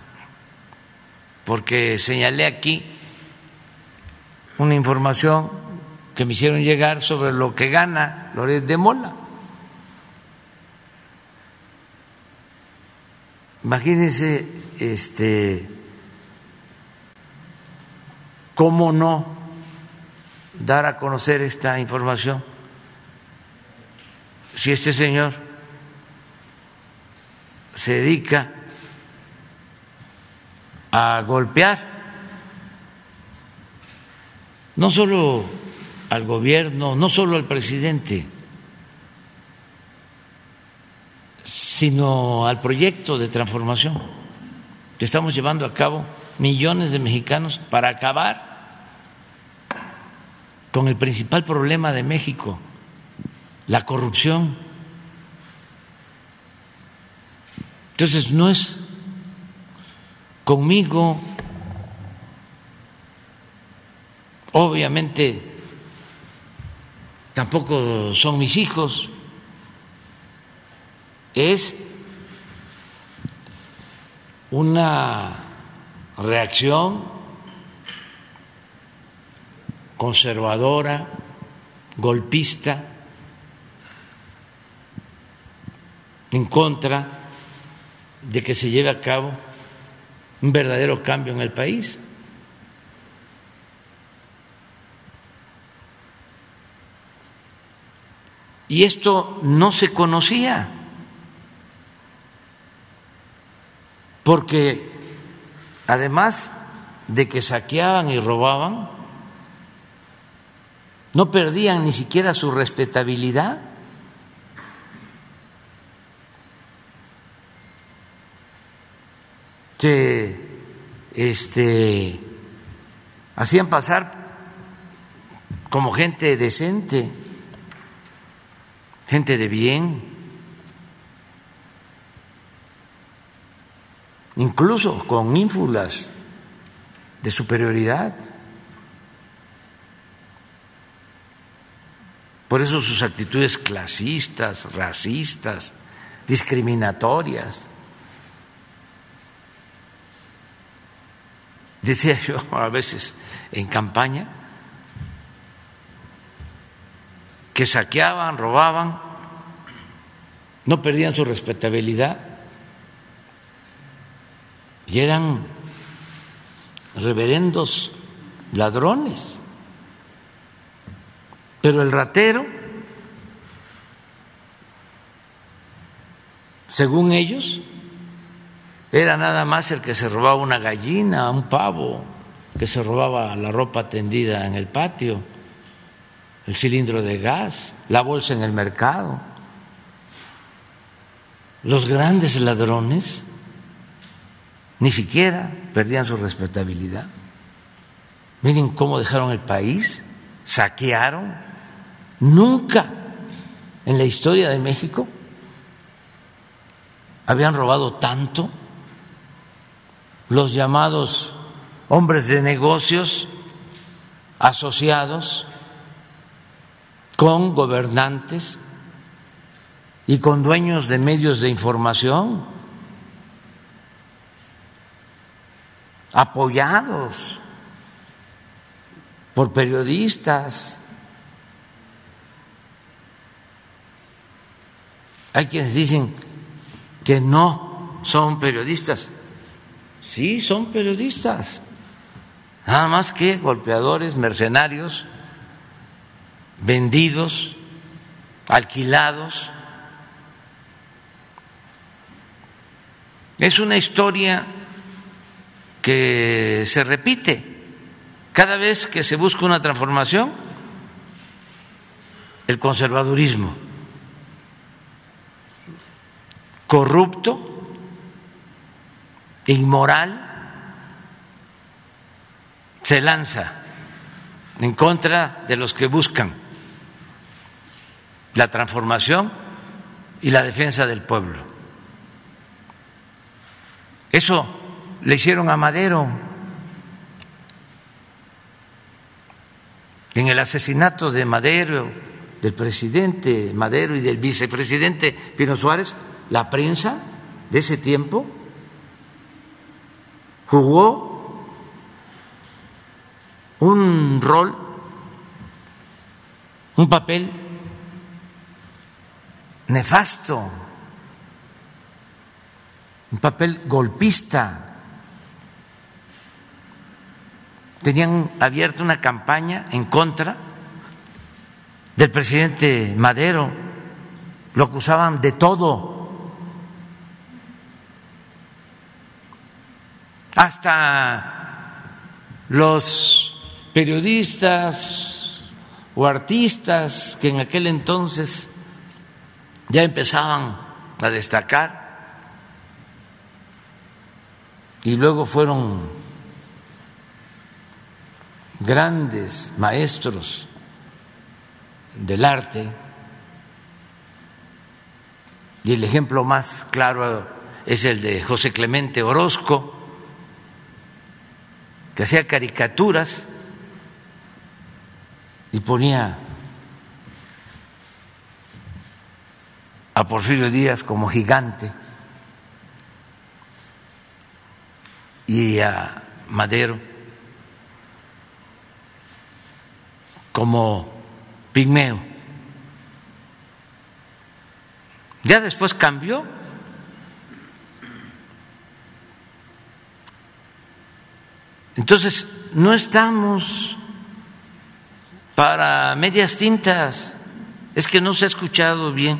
porque señalé aquí una información que me hicieron llegar sobre lo que gana Loret de Mola. Imagínense cómo no dar a conocer esta información si este señor se dedica a golpear no solo al gobierno, no solo al presidente, sino al proyecto de transformación que estamos llevando a cabo millones de mexicanos para acabar con el principal problema de México, la corrupción. Entonces no es conmigo, obviamente tampoco son mis hijos, es una reacción conservadora, golpista, en contra de que se lleve a cabo un verdadero cambio en el país. Y esto no se conocía, porque además de que saqueaban y robaban, no perdían ni siquiera su respetabilidad. Se hacían pasar como gente decente, gente de bien, incluso con ínfulas de superioridad. Por eso sus actitudes clasistas, racistas, discriminatorias. Decía yo a veces en campaña que saqueaban, robaban, no perdían su respetabilidad y eran reverendos ladrones. Pero el ratero, según ellos, era nada más el que se robaba una gallina, un pavo, que se robaba la ropa tendida en el patio, el cilindro de gas, la bolsa en el mercado. Los grandes ladrones ni siquiera perdían su respetabilidad. Miren cómo dejaron el país, saquearon. Nunca en la historia de México habían robado tanto. Los llamados hombres de negocios asociados con gobernantes y con dueños de medios de información, apoyados por periodistas. Hay quienes dicen que no son periodistas. Sí, son periodistas, nada más que golpeadores, mercenarios, vendidos, alquilados. Es una historia que se repite cada vez que se busca una transformación. El conservadurismo corrupto, inmoral, se lanza en contra de los que buscan la transformación y la defensa del pueblo. Eso le hicieron a Madero en el asesinato de Madero, del presidente Madero y del vicepresidente Pino Suárez. La prensa de ese tiempo jugó un rol, un papel nefasto, un papel golpista. Tenían abierta una campaña en contra del presidente Madero, lo acusaban de todo, hasta los periodistas o artistas que en aquel entonces ya empezaban a destacar y luego fueron grandes maestros del arte, y el ejemplo más claro es el de José Clemente Orozco, que hacía caricaturas y ponía a Porfirio Díaz como gigante y a Madero como pigmeo. Ya después cambió. Entonces, no estamos para medias tintas. Es que no se ha escuchado bien.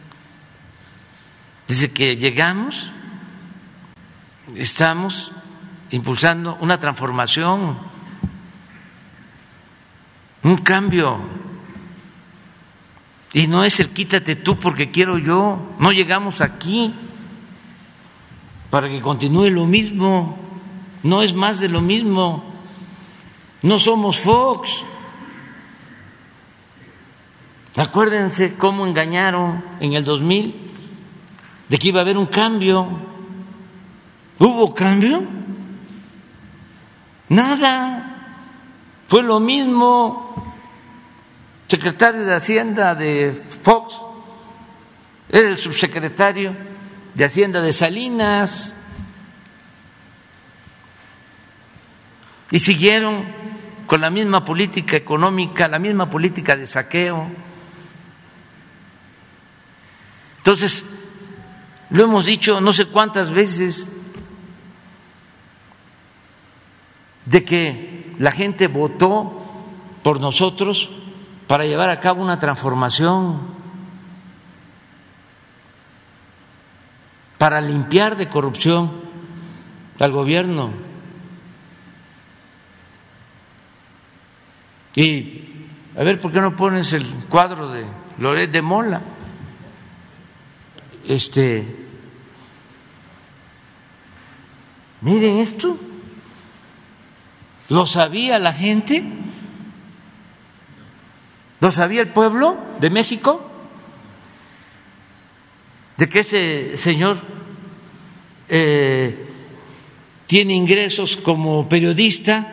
Desde que llegamos, estamos impulsando una transformación, un cambio. Y no es el quítate tú porque quiero yo. No llegamos aquí para que continúe lo mismo. No es más de lo mismo. No somos Fox. Acuérdense cómo engañaron en el 2000 de que iba a haber un cambio. ¿Hubo cambio? Nada. Fue lo mismo. Secretario de Hacienda de Fox era el subsecretario de Hacienda de Salinas. Y siguieron con la misma política económica, la misma política de saqueo. Entonces, lo hemos dicho no sé cuántas veces, de que la gente votó por nosotros para llevar a cabo una transformación, para limpiar de corrupción al gobierno. Y a ver, ¿por qué no pones el cuadro de Loret de Mola? Miren esto. ¿Lo sabía la gente? ¿Lo sabía el pueblo de México? De que ese señor tiene ingresos como periodista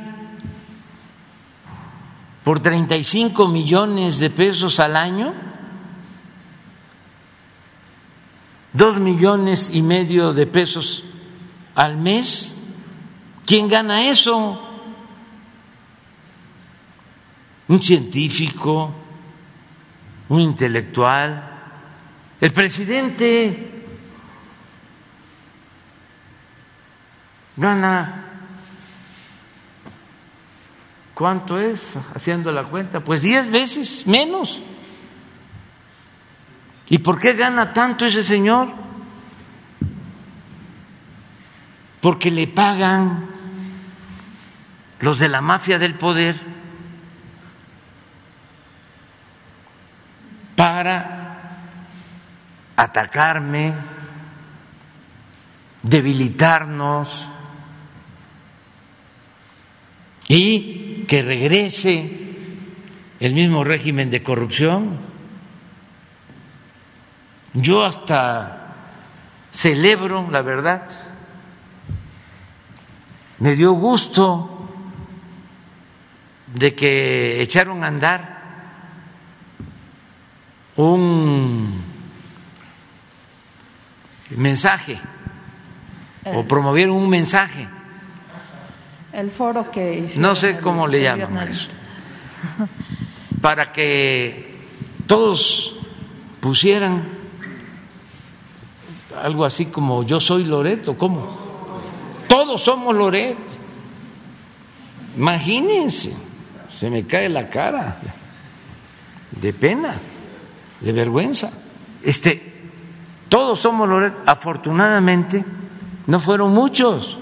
por 35 millones de pesos al año, 2,5 millones de pesos al mes. ¿Quién gana eso? Un científico, un intelectual, el presidente gana, ¿cuánto es? Haciendo la cuenta, pues 10 veces menos. ¿Y por qué gana tanto ese señor? porque le pagan los de la mafia del poder para atacarme, debilitarnos y que regrese el mismo régimen de corrupción. Yo hasta celebro, la verdad, me dio gusto de que echaron a andar un mensaje o promovieron un mensaje. El foro que hicieron, no sé cómo le llaman a eso, para que todos pusieran algo así como yo soy Loret, o cómo, todos somos Loret. Imagínense, se me cae la cara de pena, de vergüenza. Todos somos Loret. Afortunadamente no fueron muchos.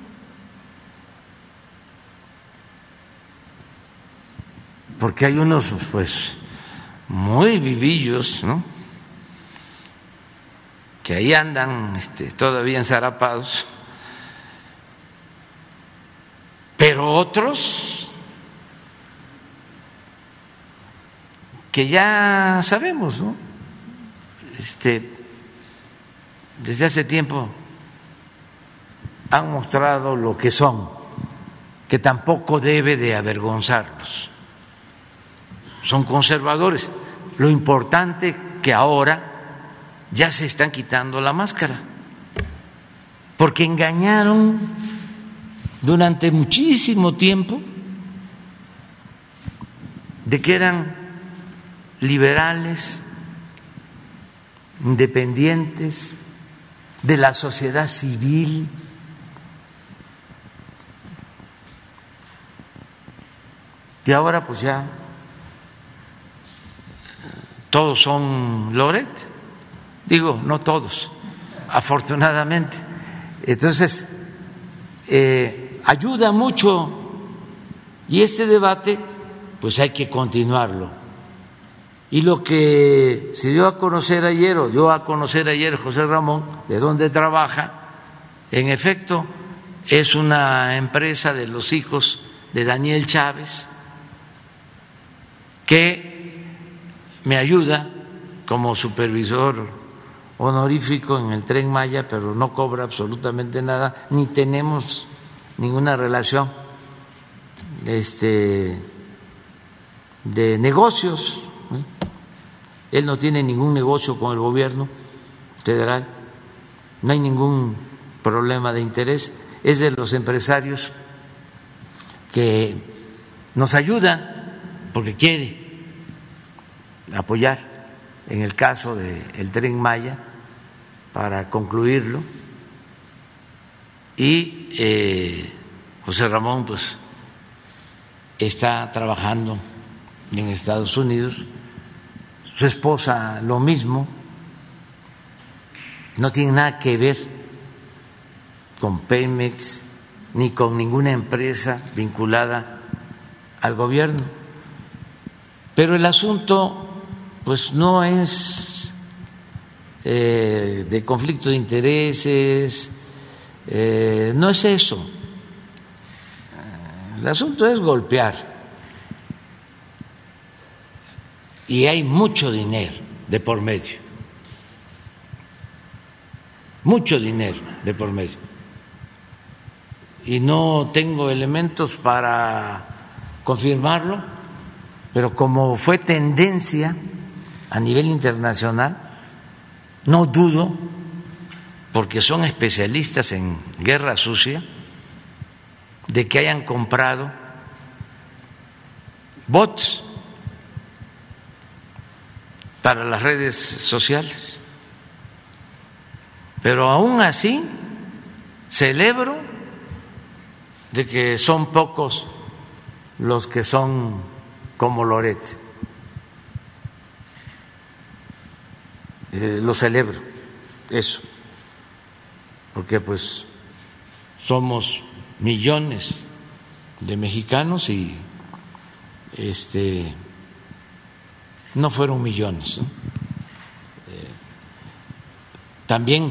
Porque hay unos pues muy vivillos, ¿no?, que ahí andan todavía enzarapados, pero otros que ya sabemos, ¿no?, desde hace tiempo han mostrado lo que son, que tampoco debe de avergonzarlos. Son conservadores. Lo importante que ahora ya se están quitando la máscara, porque engañaron durante muchísimo tiempo de que eran liberales, independientes, de la sociedad civil. Y ahora pues ya todos son Loret. Digo, no todos, afortunadamente. Entonces, ayuda mucho, y este debate pues hay que continuarlo. Y lo que se dio a conocer ayer, o dio a conocer ayer José Ramón, de dónde trabaja, en efecto es una empresa de los hijos de Daniel Chávez, que me ayuda como supervisor honorífico en el Tren Maya, pero no cobra absolutamente nada, ni tenemos ninguna relación de negocios. Él no tiene ningún negocio con el gobierno federal, no hay ningún problema de interés, es de los empresarios que nos ayuda porque quiere apoyar en el caso del Tren Maya para concluirlo, y José Ramón pues está trabajando en Estados Unidos, su esposa lo mismo, no tiene nada que ver con Pemex ni con ninguna empresa vinculada al gobierno, pero el asunto pues no es de conflicto de intereses, no es eso. El asunto es golpear, y hay mucho dinero de por medio, mucho dinero de por medio, y no tengo elementos para confirmarlo, pero como fue tendencia a nivel internacional, no dudo, porque son especialistas en guerra sucia, de que hayan comprado bots para las redes sociales. Pero aún así celebro de que son pocos los que son como Loret. Lo celebro, eso, porque pues somos millones de mexicanos y no fueron millones, ¿no? También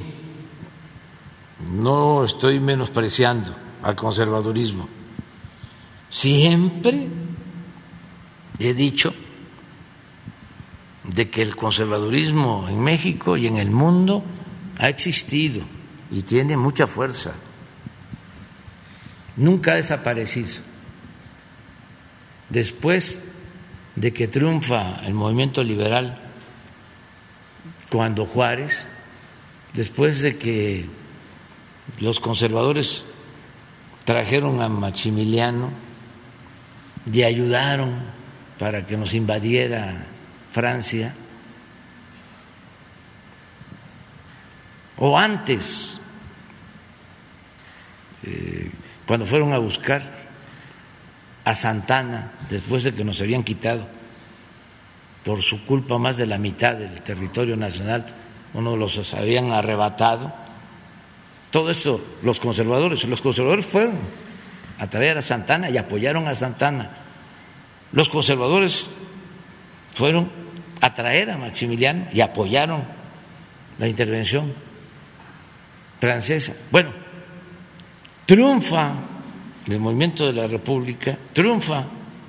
no estoy menospreciando al conservadurismo. Siempre he dicho de que el conservadurismo en México y en el mundo ha existido y tiene mucha fuerza. Nunca ha desaparecido. Después de que triunfa el movimiento liberal, cuando Juárez, después de que los conservadores trajeron a Maximiliano y ayudaron para que nos invadiera Francia, o antes, cuando fueron a buscar a Santana, después de que nos habían quitado por su culpa más de la mitad del territorio nacional, uno los habían arrebatado. Todo esto, los conservadores fueron a traer a Santana y apoyaron a Santana. Los conservadores fueron a traer a Maximiliano y apoyaron la intervención francesa. Bueno, triunfa el movimiento de la República, triunfa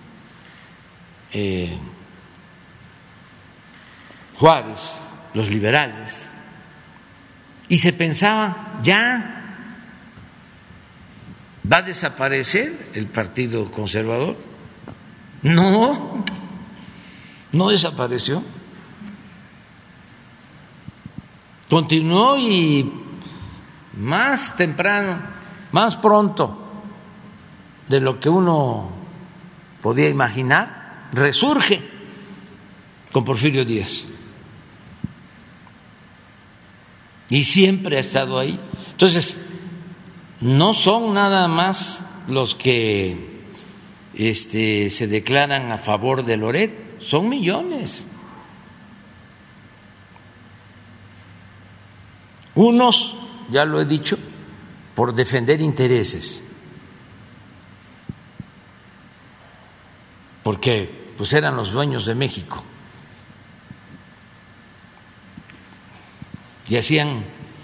Juárez, los liberales, y se pensaba, ya va a desaparecer el Partido Conservador. No desapareció. Continuó y más temprano, más pronto de lo que uno podía imaginar, resurge con Porfirio Díaz. Y siempre ha estado ahí. Entonces, no son nada más los que se declaran a favor de Loret, son millones. Unos, ya lo he dicho, por defender intereses, porque pues eran los dueños de México y hacían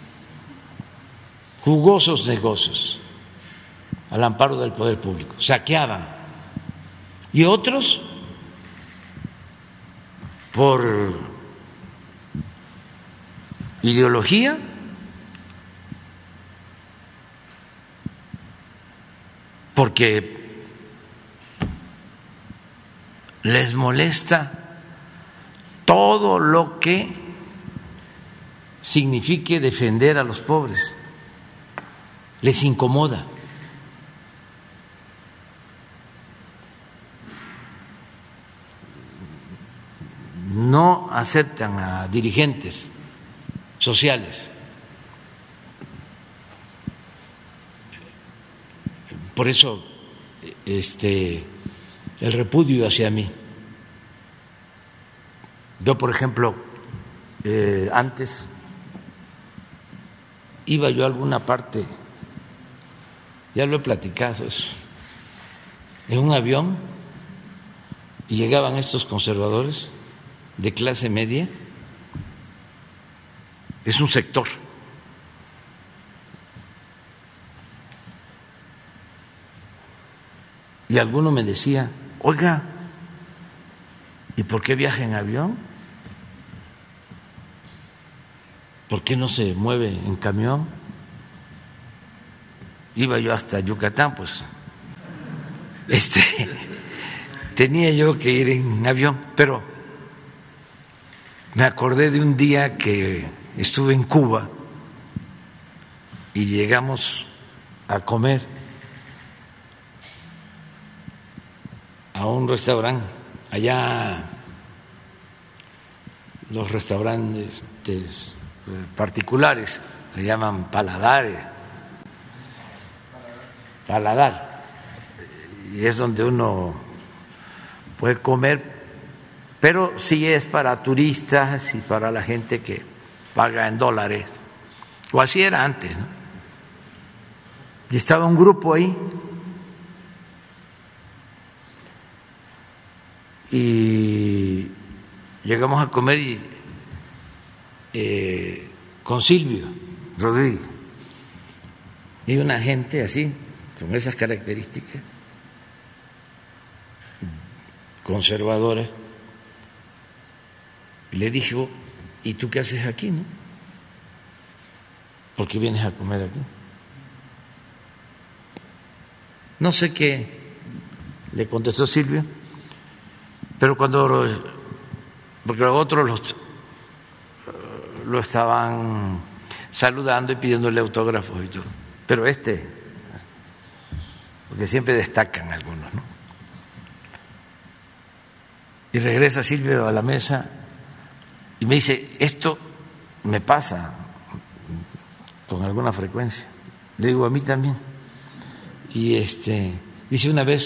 jugosos negocios al amparo del poder público, saqueaban. Y otros por ideología, porque les molesta todo lo que signifique defender a los pobres, les incomoda. No aceptan a dirigentes sociales. Por eso el repudio hacia mí. Yo, por ejemplo, antes iba yo a alguna parte, ya lo he platicado eso, en un avión y llegaban estos conservadores de clase media, es un sector, y alguno me decía, oiga, ¿y por qué viaja en avión? ¿Por qué no se mueve en camión? Iba yo hasta Yucatán, pues tenía yo que ir en avión, pero me acordé de un día que estuve en Cuba y llegamos a comer a un restaurante, allá los restaurantes particulares le llaman paladar, y es donde uno puede comer, pero sí es para turistas y para la gente que paga en dólares, o así era antes, ¿no? y estaba un grupo ahí y llegamos a comer con Silvio Rodríguez y una gente así, con esas características conservadoras, y le dije, ¿y tú qué haces aquí, no? ¿Por qué vienes a comer aquí? No sé qué le contestó Silvio, pero porque los otros lo estaban saludando y pidiéndole autógrafos y todo, pero porque siempre destacan algunos, ¿no? Y regresa Silvio a la mesa y me dice, esto me pasa con alguna frecuencia. Le digo, a mí también. Y dice, una vez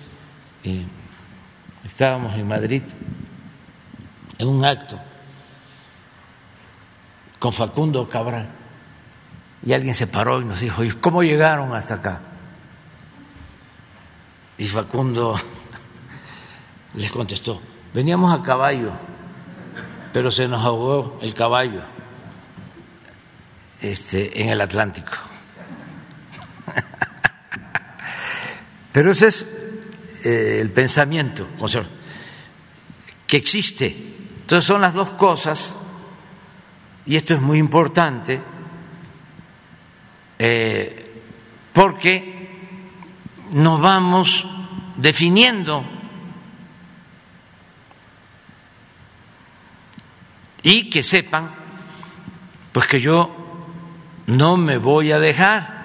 estábamos en Madrid en un acto con Facundo Cabral y alguien se paró y nos dijo, ¿y cómo llegaron hasta acá? Y Facundo les contestó, veníamos a caballo, pero se nos ahogó el caballo en el Atlántico. Pero ese es el pensamiento que existe. Entonces son las dos cosas, y esto es muy importante, porque nos vamos definiendo y que sepan pues que yo no me voy a dejar.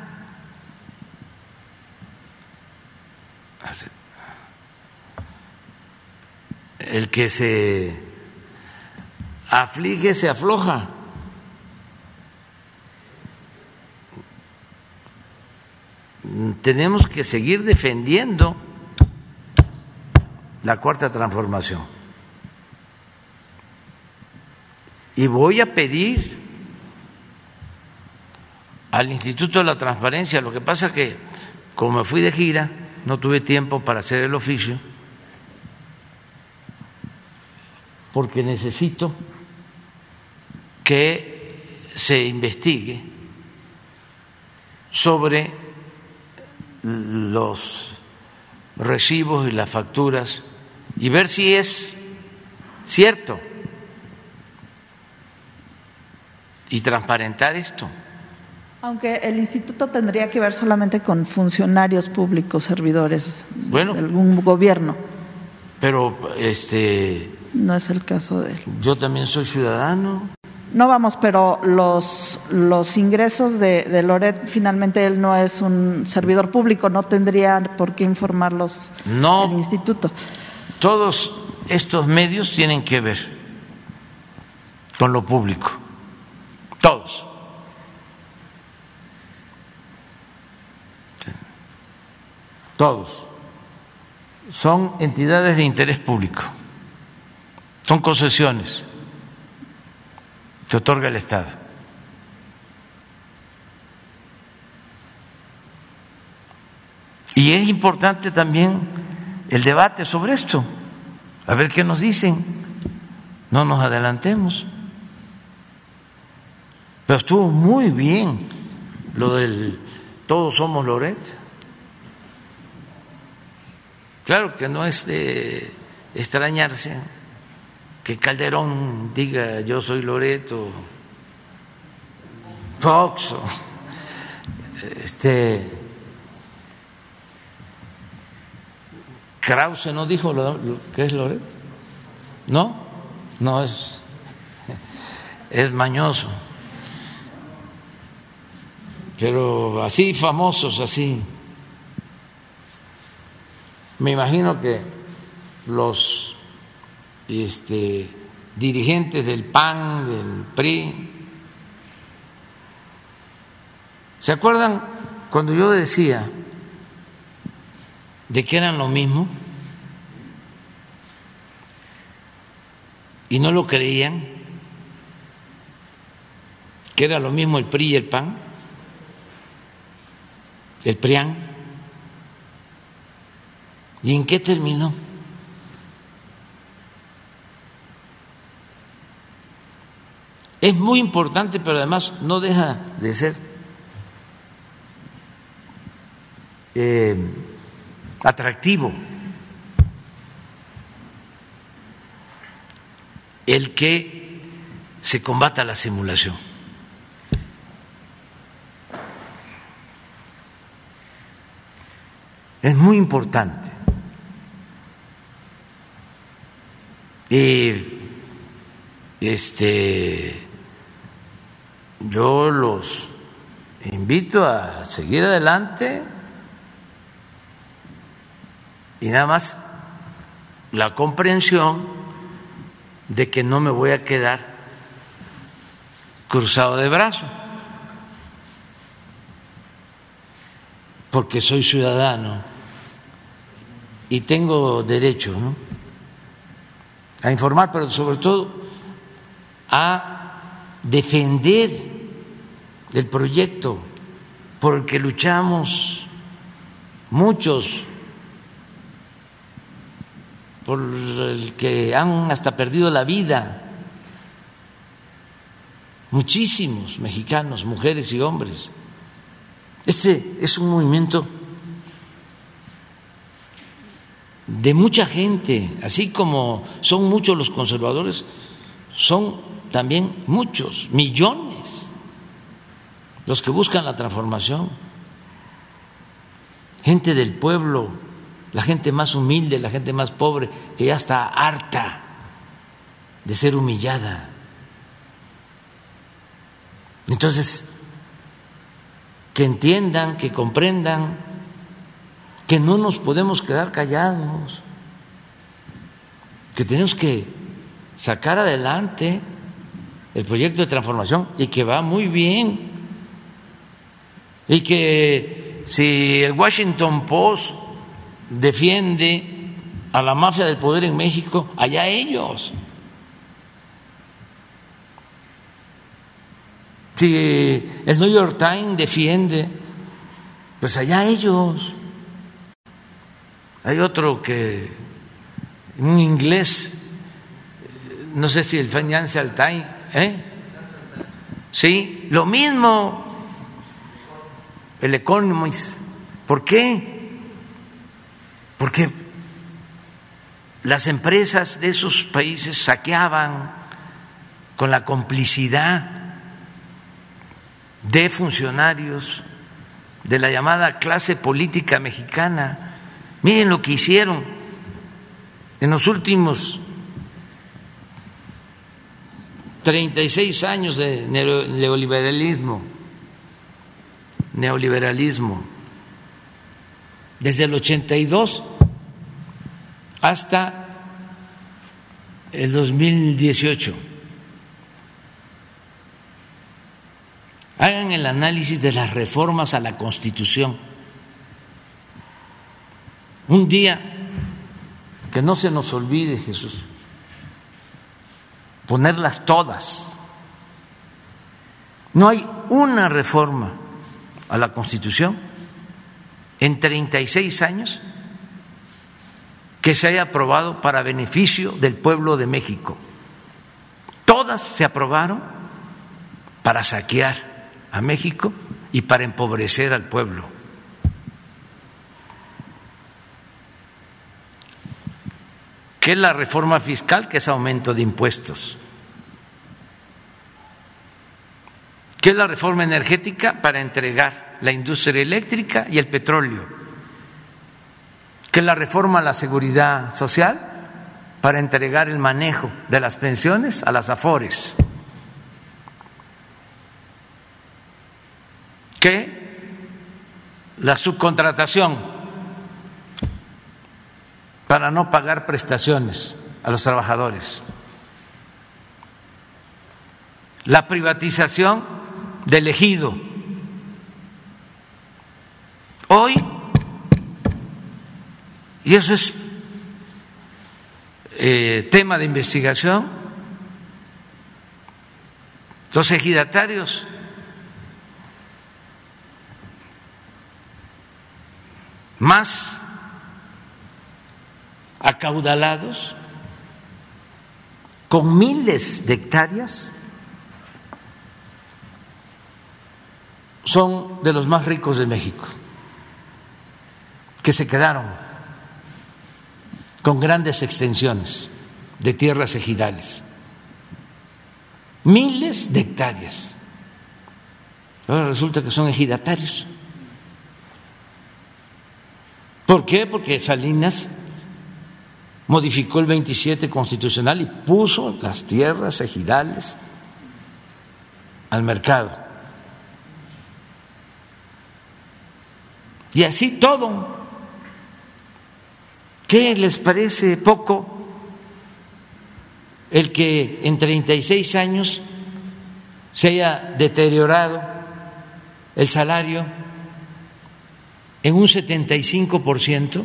El que se aflige se afloja. Tenemos que seguir defendiendo la Cuarta Transformación. Y voy a pedir al Instituto de la Transparencia, lo que pasa es que como me fui de gira, no tuve tiempo para hacer el oficio, porque necesito que se investigue sobre los recibos y las facturas y ver si es cierto y transparentar esto. Aunque el instituto tendría que ver solamente con funcionarios públicos, servidores de algún gobierno. Pero no es el caso de él. Yo también soy ciudadano. No, vamos, pero los ingresos de Loret, finalmente él no es un servidor público, no tendría por qué informarlos el instituto. Todos estos medios tienen que ver con lo público, todos. Todos son entidades de interés público, son concesiones que otorga el Estado. Y es importante también el debate sobre esto, a ver qué nos dicen, no nos adelantemos. Pero estuvo muy bien lo del Todos Somos Loret. Claro que no es de extrañarse que Calderón diga yo soy Loret o Fox o Krause no dijo lo que es Loret, no es mañoso, pero así famosos así. Me imagino que los dirigentes del PAN, del PRI, ¿se acuerdan cuando yo decía de que eran lo mismo y no lo creían, que era lo mismo el PRI y el PAN? el PRIAN. ¿Y en qué terminó? Es muy importante, pero además no deja de ser atractivo el que se combata la simulación. Es muy importante. Yo los invito a seguir adelante y nada más la comprensión de que no me voy a quedar cruzado de brazos, porque soy ciudadano y tengo derecho, ¿no?, a informar, pero sobre todo a defender el proyecto por el que luchamos muchos, por el que han hasta perdido la vida muchísimos mexicanos, mujeres y hombres. Ese es un movimiento de mucha gente, así como son muchos los conservadores, son también muchos, millones, los que buscan la transformación. Gente del pueblo, la gente más humilde, la gente más pobre, que ya está harta de ser humillada. Entonces, que entiendan, que comprendan que no nos podemos quedar callados, que tenemos que sacar adelante el proyecto de transformación y que va muy bien, y que si el Washington Post defiende a la mafia del poder en México, allá ellos. Si el New York Times defiende, pues allá ellos. Hay otro que, un inglés, no sé si el Financial Times, sí, lo mismo, el Economist. ¿Por qué? Porque las empresas de esos países saqueaban con la complicidad de funcionarios de la llamada clase política mexicana. Miren lo que hicieron en los últimos 36 años de neoliberalismo, desde el 82 hasta el 2018. Hagan el análisis de las reformas a la Constitución. Un día, que no se nos olvide, Jesús, ponerlas todas. No hay una reforma a la Constitución en 36 años que se haya aprobado para beneficio del pueblo de México. Todas se aprobaron para saquear a México y para empobrecer al pueblo. ¿Qué es la reforma fiscal? Que es aumento de impuestos. ¿Qué es la reforma energética? Para entregar la industria eléctrica y el petróleo. ¿Qué es la reforma a la seguridad social? Para entregar el manejo de las pensiones a las AFORES. ¿Qué? La subcontratación, para no pagar prestaciones a los trabajadores. La privatización del ejido. Hoy, y eso es tema de investigación, los ejidatarios más acaudalados, con miles de hectáreas, son de los más ricos de México, que se quedaron con grandes extensiones de tierras ejidales, miles de hectáreas. Ahora resulta que son ejidatarios. ¿Por qué? Porque Salinas modificó el 27 constitucional y puso las tierras ejidales al mercado. Y así todo. ¿Qué les parece poco el que en 36 años se haya deteriorado el salario en un 75%?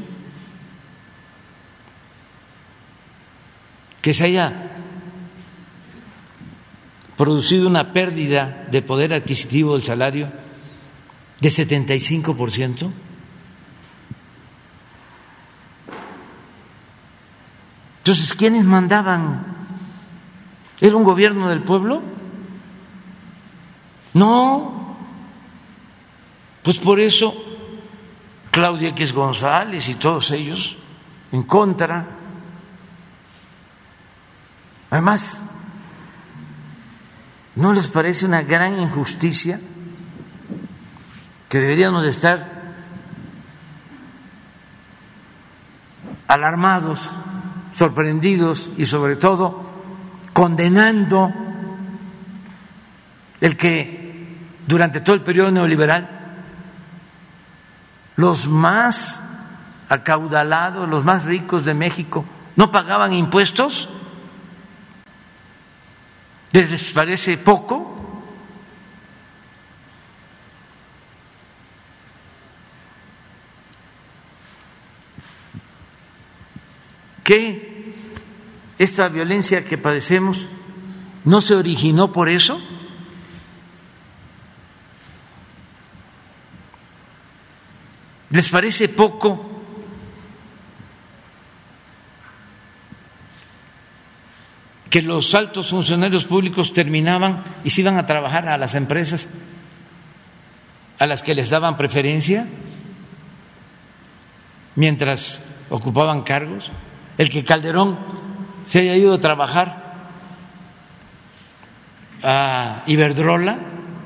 Que se haya producido una pérdida de poder adquisitivo del salario de 75%. Entonces, ¿quiénes mandaban? ¿Era un gobierno del pueblo? No. Pues por eso Claudia X González y todos ellos en contra. Además, ¿no les parece una gran injusticia que deberíamos de estar alarmados, sorprendidos y sobre todo condenando el que durante todo el periodo neoliberal los más acaudalados, los más ricos de México no pagaban impuestos? ¿Les parece poco? ¿Que esta violencia que padecemos no se originó por eso? ¿Les parece poco que los altos funcionarios públicos terminaban y se iban a trabajar a las empresas a las que les daban preferencia mientras ocupaban cargos? El que Calderón se haya ido a trabajar a Iberdrola,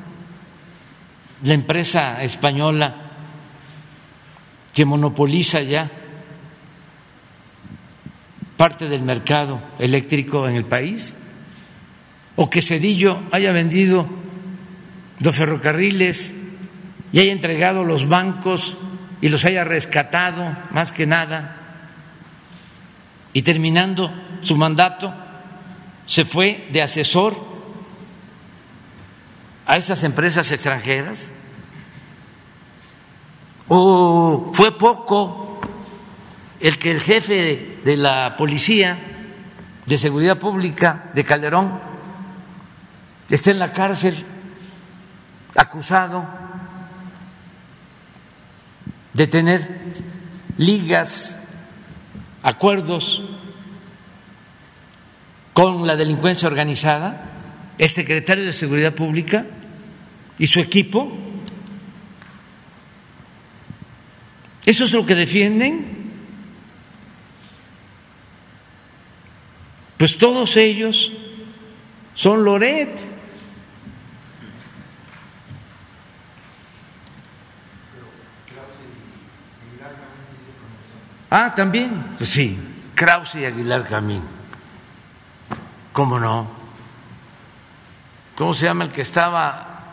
la empresa española que monopoliza ya parte del mercado eléctrico en el país, o que Zedillo haya vendido los ferrocarriles y haya entregado los bancos y los haya rescatado, más que nada, y terminando su mandato se fue de asesor a esas empresas extranjeras. ¿O fue poco el que el jefe de la Policía de Seguridad Pública de Calderón esté en la cárcel acusado de tener ligas, acuerdos con la delincuencia organizada? El secretario de Seguridad Pública y su equipo. ¿Eso es lo que defienden? Pues todos ellos son Loret. Ah, también, pues sí, Krause y Aguilar Camín. ¿Cómo no? ¿Cómo se llama el que estaba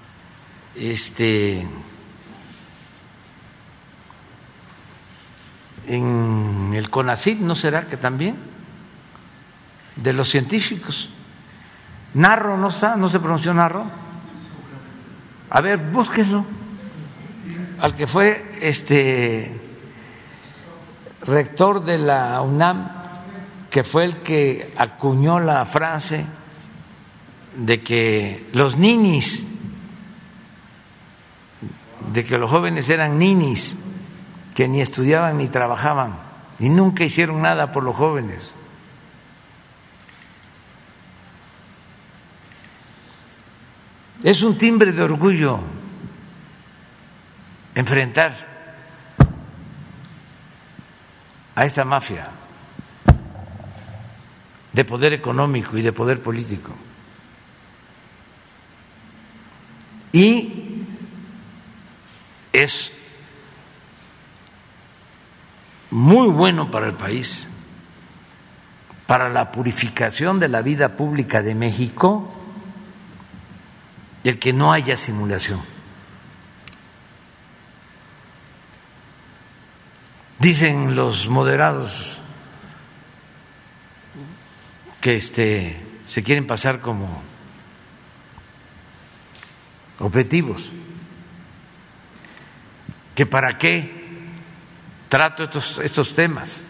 en el CONACYT? ¿No será que también? De los científicos. Narro no está, no se pronunció Narro. A ver, búsquenlo. Al que fue rector de la UNAM, que fue el que acuñó la frase de que los ninis, de que los jóvenes eran ninis, que ni estudiaban ni trabajaban y nunca hicieron nada por los jóvenes. Es un timbre de orgullo enfrentar a esta mafia de poder económico y de poder político. Y es muy bueno para el país, para la purificación de la vida pública de México, el que no haya simulación. Dicen los moderados que se quieren pasar como objetivos, que para qué trato estos temas.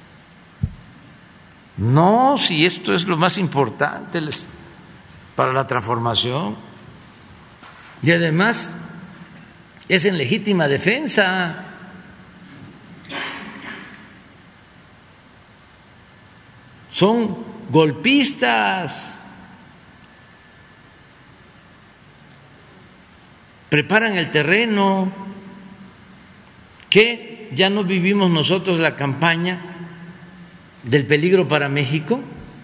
No, si esto es lo más importante para la transformación, y además es en legítima defensa. Son golpistas, preparan el terreno. ¿Qué? ¿Ya no vivimos nosotros la campaña del peligro para México?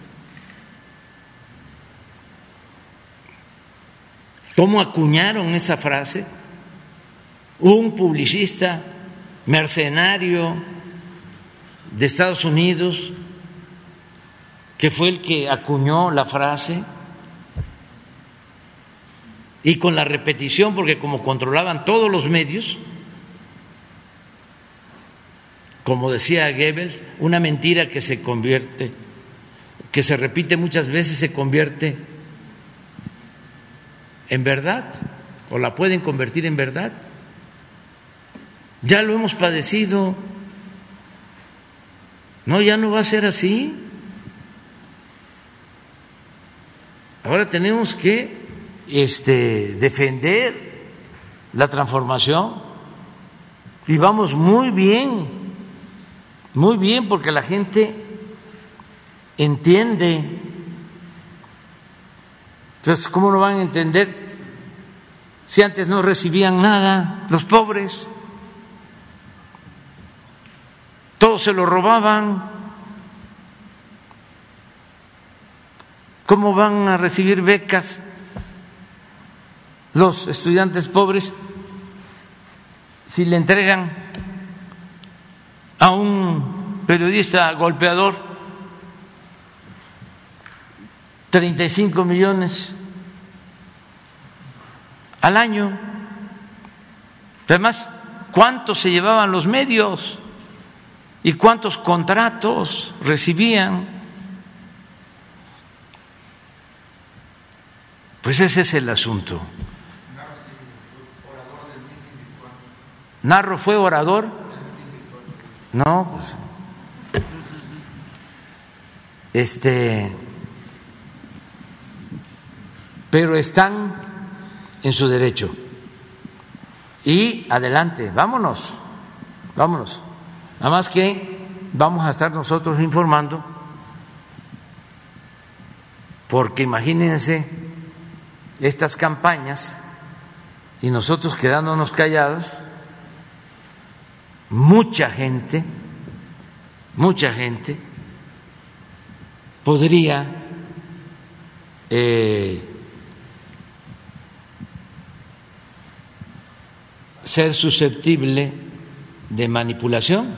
¿Cómo acuñaron esa frase? Un publicista mercenario de Estados Unidos, que fue el que acuñó la frase, y con la repetición, porque como controlaban todos los medios, como decía Goebbels, una mentira que se convierte, que se repite muchas veces, se convierte en verdad, o la pueden convertir en verdad. Ya lo hemos padecido. No, ya no va a ser así. Ahora tenemos que defender la transformación, y vamos muy bien, porque la gente entiende. Entonces, ¿cómo no van a entender si antes no recibían nada los pobres? Todo se lo robaban. ¿Cómo van a recibir becas los estudiantes pobres si le entregan a un periodista golpeador 35 millones al año? Además, ¿cuánto se llevaban los medios y cuántos contratos recibían? Pues ese es el asunto. ¿Narro fue orador? No, pues pero están en su derecho. Y adelante, vámonos. Nada más que vamos a estar nosotros informando, porque imagínense estas campañas y nosotros quedándonos callados, mucha gente podría ser susceptible de manipulación.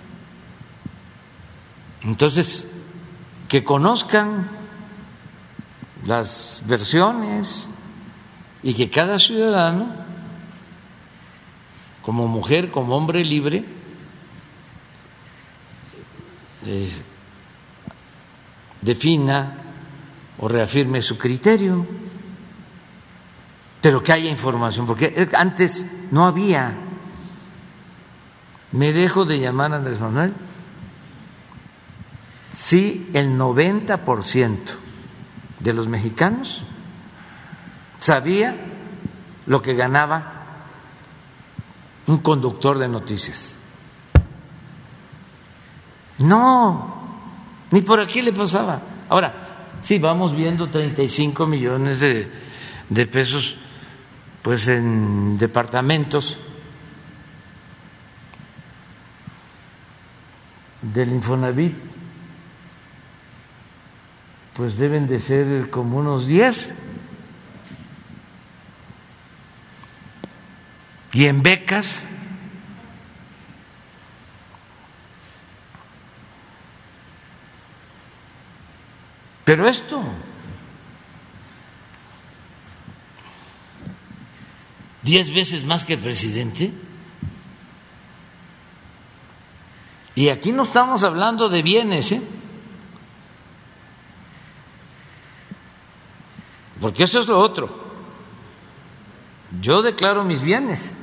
Entonces, que conozcan las versiones y que cada ciudadano, como mujer, como hombre libre, defina o reafirme su criterio, pero que haya información, porque antes no había. ¿Me dejo de llamar Andrés Manuel? Sí, el 90% de los mexicanos sabía lo que ganaba un conductor de noticias. No, ni por aquí le pasaba. Ahora, sí, vamos viendo 35 millones de pesos pues en departamentos del Infonavit, pues deben de ser como unos 10. Y en becas, pero esto ¿10 veces más que el presidente? Y aquí no estamos hablando de bienes, porque eso es lo otro. Yo declaro mis bienes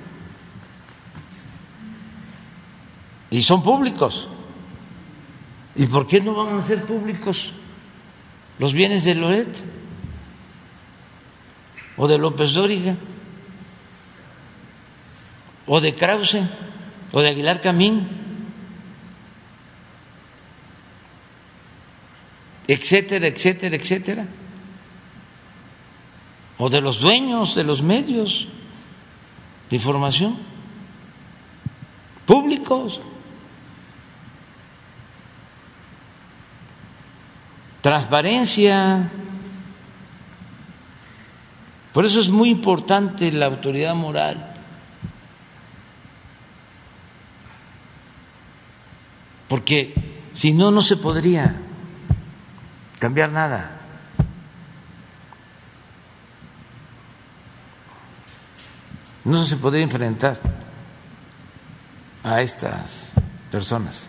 y son públicos. ¿Y por qué no van a ser públicos los bienes de Loret o de López Dóriga o de Krause o de Aguilar Camín, etcétera, etcétera, etcétera? O de los dueños de los medios de información públicos. Transparencia. Por eso es muy importante la autoridad moral, porque si no, no se podría cambiar nada. No se podría enfrentar a estas personas.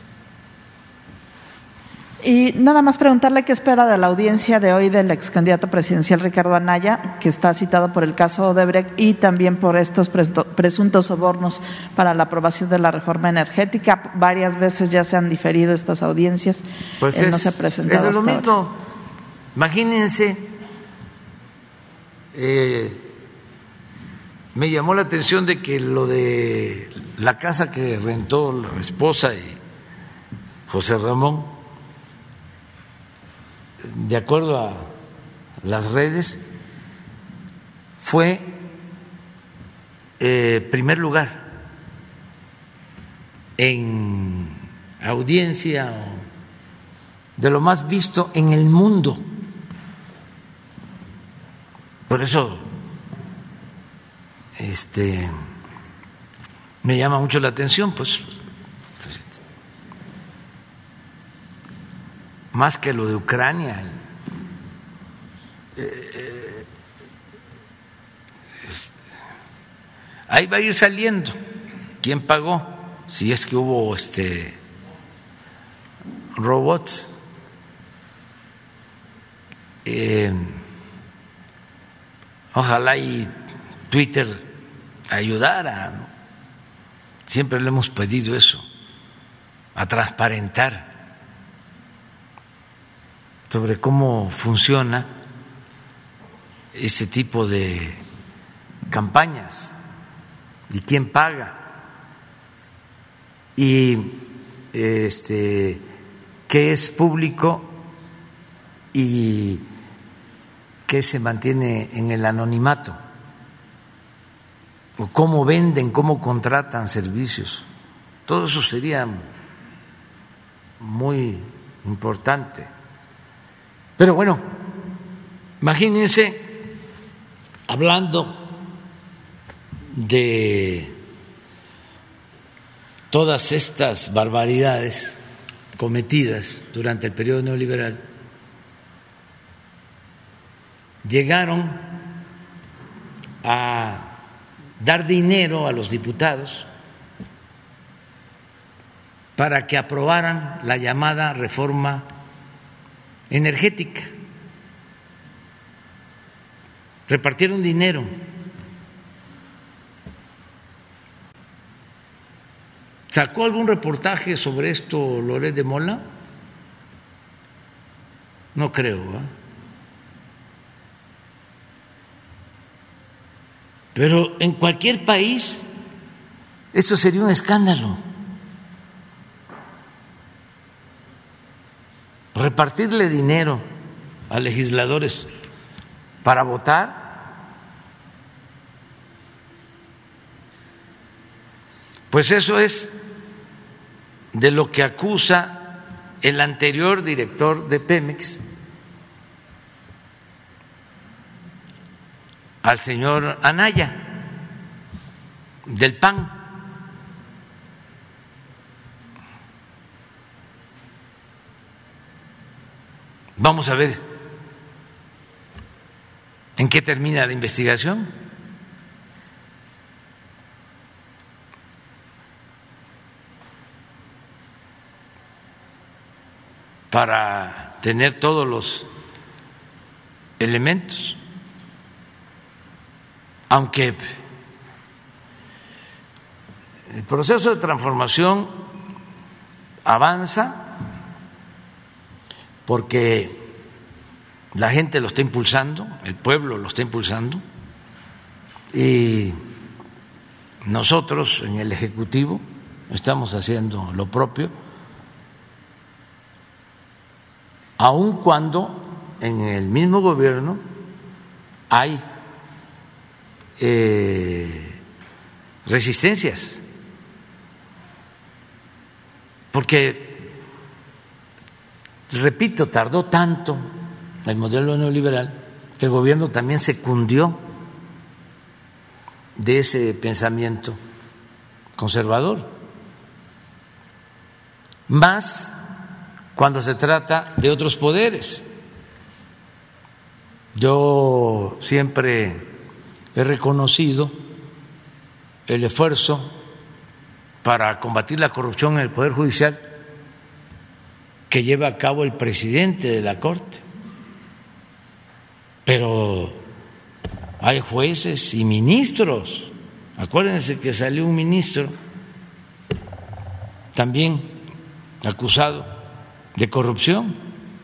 Y nada más preguntarle qué espera de la audiencia de hoy del ex candidato presidencial Ricardo Anaya, que está citado por el caso Odebrecht y también por estos presuntos sobornos para la aprobación de la reforma energética. Varias veces ya se han diferido estas audiencias. Pues no se ha presentado. Es lo mismo. Imagínense, me llamó la atención de que lo de la casa que rentó la esposa y José Ramón, de acuerdo a las redes, fue primer lugar en audiencia de lo más visto en el mundo. Por eso me llama mucho la atención, pues, más que lo de Ucrania. Ahí va a ir saliendo quién pagó, si es que hubo robots. Ojalá y Twitter ayudara, ¿no? Siempre le hemos pedido eso, a transparentar sobre cómo funciona ese tipo de campañas y quién paga y qué es público y qué se mantiene en el anonimato, o cómo venden, cómo contratan servicios. Todo eso sería muy importante. Pero bueno, imagínense, hablando de todas estas barbaridades cometidas durante el periodo neoliberal, llegaron a dar dinero a los diputados para que aprobaran la llamada reforma energética. Repartieron dinero. ¿Sacó algún reportaje sobre esto Loret de Mola? No creo, ¿eh? Pero en cualquier país esto sería un escándalo. repartirle dinero a legisladores para votar, pues eso es de lo que acusa el anterior director de Pemex al señor Anaya, del PAN. Vamos a ver en qué termina la investigación. Para tener todos los elementos. Aunque el proceso de transformación avanza porque la gente lo está impulsando, el pueblo lo está impulsando, y nosotros en el Ejecutivo estamos haciendo lo propio, aun cuando en el mismo gobierno hay resistencias, porque, repito, tardó tanto el modelo neoliberal que el gobierno también se cundió de ese pensamiento conservador, más cuando se trata de otros poderes. Yo siempre he reconocido el esfuerzo para combatir la corrupción en el Poder Judicial que lleva a cabo el presidente de la Corte, pero hay jueces y ministros. Acuérdense que salió un ministro también acusado de corrupción.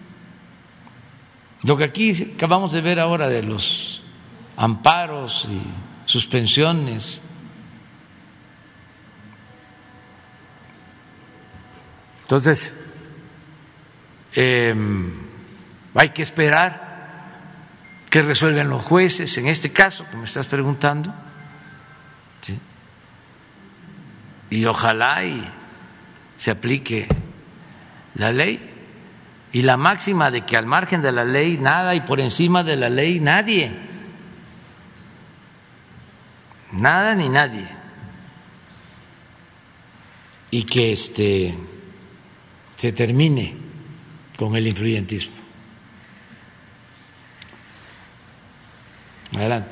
Lo que aquí acabamos de ver ahora de los amparos y suspensiones, entonces hay que esperar que resuelvan los jueces en este caso que me estás preguntando, ¿sí? Y ojalá y se aplique la ley y la máxima de que al margen de la ley nada y por encima de la ley nadie, nada ni nadie, y que se termine con el influyentismo. Adelante.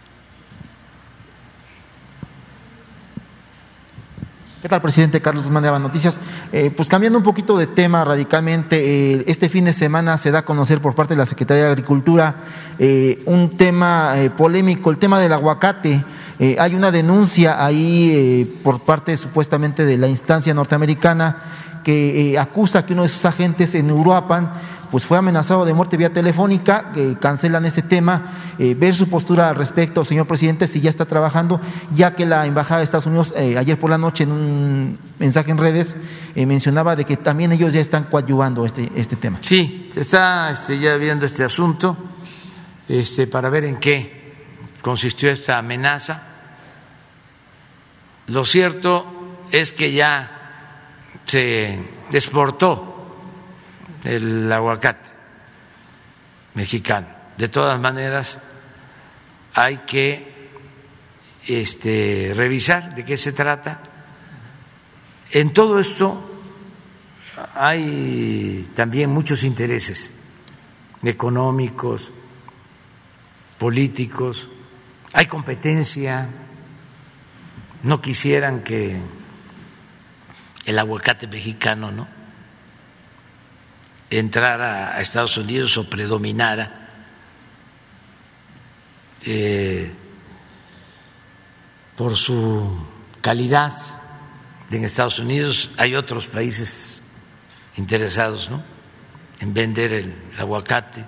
¿Qué tal, presidente? Carlos Guzmán de Aba Noticias. Pues cambiando un poquito de tema radicalmente, este fin de semana se da a conocer por parte de la Secretaría de Agricultura un tema polémico, el tema del aguacate. Hay una denuncia ahí por parte supuestamente de la instancia norteamericana que acusa que uno de sus agentes en Uruapan pues fue amenazado de muerte vía telefónica, que cancelan este tema. Ver su postura al respecto, señor presidente, si ya está trabajando, ya que la Embajada de Estados Unidos ayer por la noche en un mensaje en redes mencionaba de que también ellos ya están coadyuvando este tema. Sí, se está ya viendo este asunto para ver en qué consistió esta amenaza. Lo cierto es que ya se exportó el aguacate mexicano. De todas maneras, hay que revisar de qué se trata. En todo esto hay también muchos intereses económicos, políticos, hay competencia. No quisieran que el aguacate mexicano entrara a Estados Unidos o predominara. Por su calidad en Estados Unidos. Hay otros países interesados en vender el aguacate,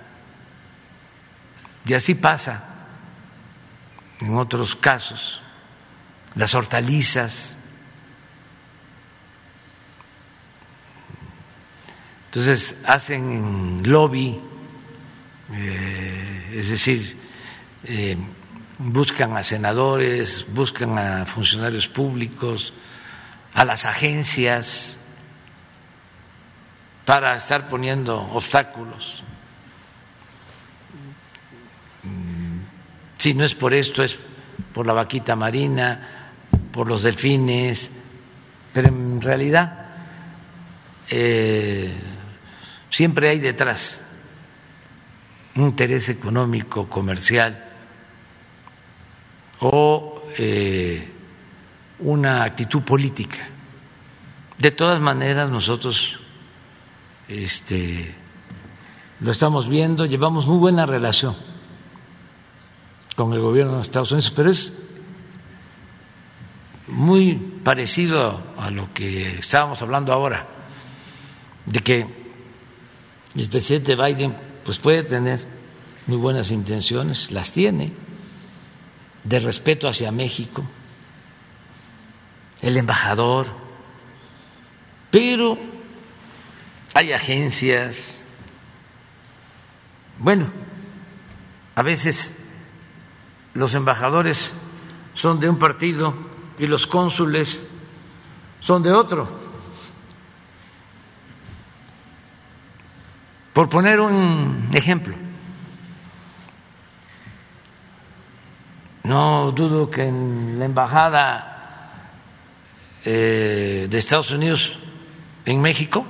y así pasa en otros casos. Las hortalizas, Entonces hacen lobby, es decir, buscan a senadores, buscan a funcionarios públicos, a las agencias, para estar poniendo obstáculos. Si no es por esto, es por la vaquita marina, por los delfines, pero en realidad siempre hay detrás un interés económico, comercial o una actitud política. De todas maneras, nosotros lo estamos viendo, llevamos muy buena relación con el gobierno de Estados Unidos, pero es muy parecido a lo que estábamos hablando ahora, de que el presidente Biden pues puede tener muy buenas intenciones, las tiene, de respeto hacia México, el embajador, pero hay agencias, bueno, a veces los embajadores son de un partido y los cónsules son de otro. Por poner un ejemplo, no dudo que en la embajada de Estados Unidos en México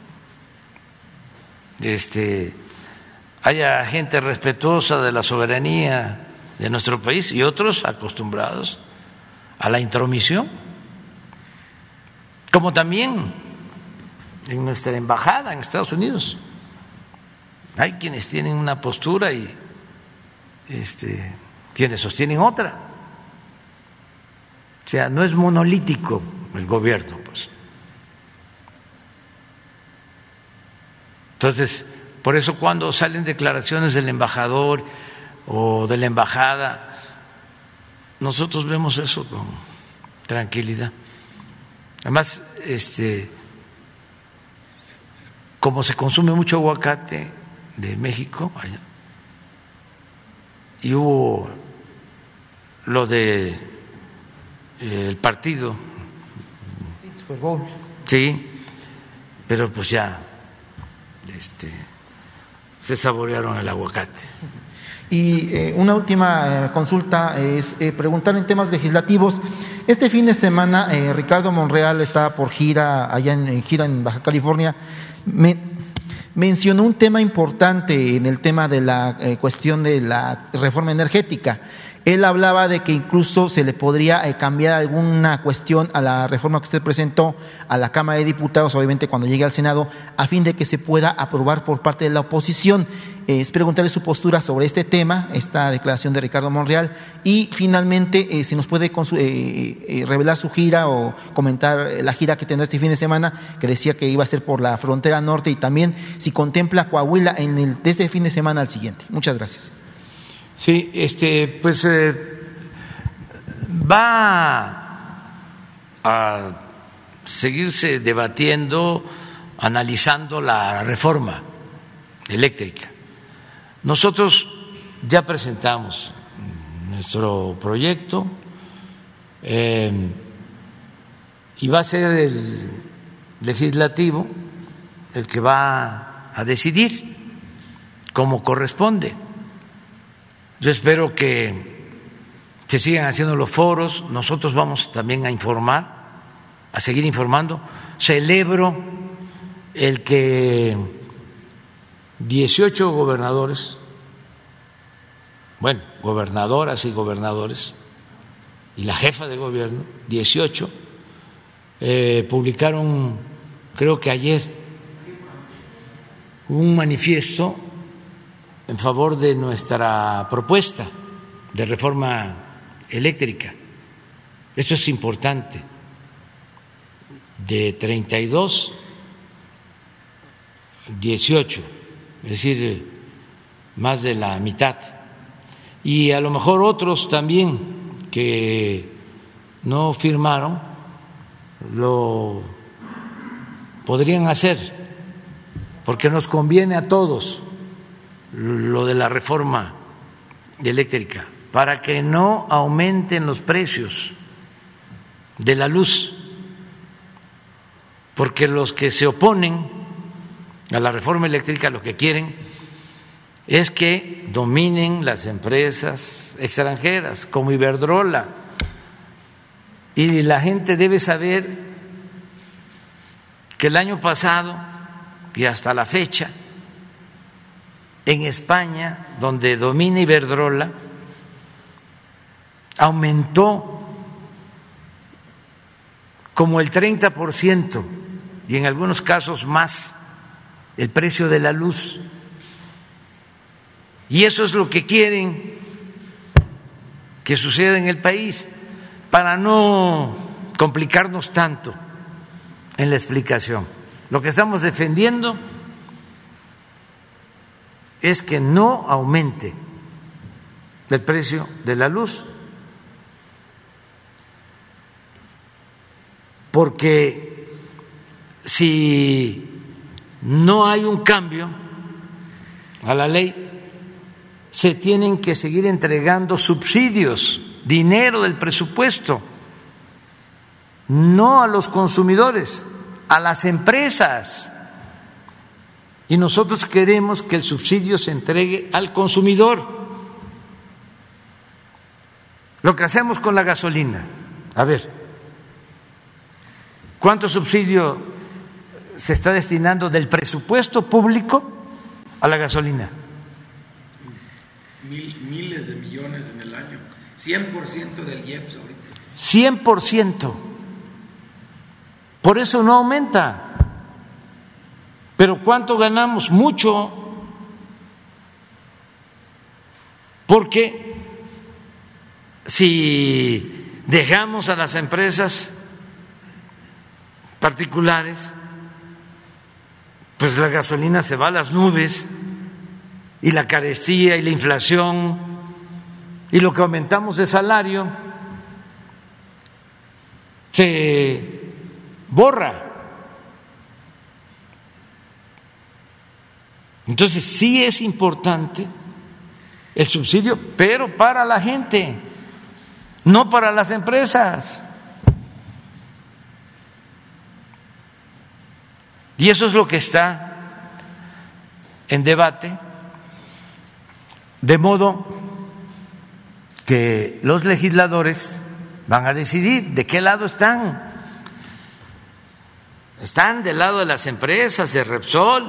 haya gente respetuosa de la soberanía de nuestro país y otros acostumbrados a la intromisión, como también en nuestra embajada en Estados Unidos hay quienes tienen una postura y quienes sostienen otra. O sea, no es monolítico el gobierno, pues. Entonces, por eso cuando salen declaraciones del embajador o de la embajada, nosotros vemos eso con tranquilidad. Además, como se consume mucho aguacate de México allá, y hubo lo de el partido, sí, pero pues ya se saborearon el aguacate. Y una última consulta es preguntar en temas legislativos. Este fin de semana Ricardo Monreal estaba por gira allá en gira en Baja California. Mencionó un tema importante en el tema de la cuestión de la reforma energética. Él hablaba de que incluso se le podría cambiar alguna cuestión a la reforma que usted presentó a la Cámara de Diputados, obviamente cuando llegue al Senado, a fin de que se pueda aprobar por parte de la oposición. Es preguntarle su postura sobre este tema, esta declaración de Ricardo Monreal, y finalmente si nos puede revelar su gira o comentar la gira que tendrá este fin de semana, que decía que iba a ser por la frontera norte, y también si contempla Coahuila de este fin de semana al siguiente. Muchas gracias. Sí, pues va a seguirse debatiendo, analizando la reforma eléctrica. Nosotros ya presentamos nuestro proyecto y va a ser el legislativo el que va a decidir como corresponde. Yo espero que se sigan haciendo los foros. Nosotros vamos también a informar, a seguir informando. Celebro el que 18 gobernadores, bueno, gobernadoras y gobernadores, y la jefa de gobierno, 18, publicaron, creo que ayer, un manifiesto en favor de nuestra propuesta de reforma eléctrica. Esto es importante. De 32, 18, es decir, más de la mitad. Y a lo mejor otros también que no firmaron lo podrían hacer porque nos conviene a todos lo de la reforma eléctrica, para que no aumenten los precios de la luz, porque los que se oponen a la reforma eléctrica lo que quieren es que dominen las empresas extranjeras como Iberdrola, y la gente debe saber que el año pasado y hasta la fecha en España, donde domina Iberdrola, aumentó como el 30% y en algunos casos más el precio de la luz. Y eso es lo que quieren que suceda en el país, para no complicarnos tanto en la explicación. Lo que estamos defendiendo es que no aumente el precio de la luz, porque si no hay un cambio a la ley, se tienen que seguir entregando subsidios, dinero del presupuesto, no a los consumidores, a las empresas. Y nosotros queremos que el subsidio se entregue al consumidor. Lo que hacemos con la gasolina. A ver, ¿cuánto subsidio se está destinando del presupuesto público a la gasolina? Miles de millones en el año. 100% del IEPS ahorita. 100%. Por eso no aumenta. ¿Pero cuánto ganamos? Mucho. Porque si dejamos a las empresas particulares, pues la gasolina se va a las nubes, y la carestía y la inflación y lo que aumentamos de salario se borra. Entonces sí es importante el subsidio, pero para la gente, no para las empresas. Y eso es lo que está en debate, de modo que los legisladores van a decidir de qué lado están. ¿Están del lado de las empresas, de Repsol,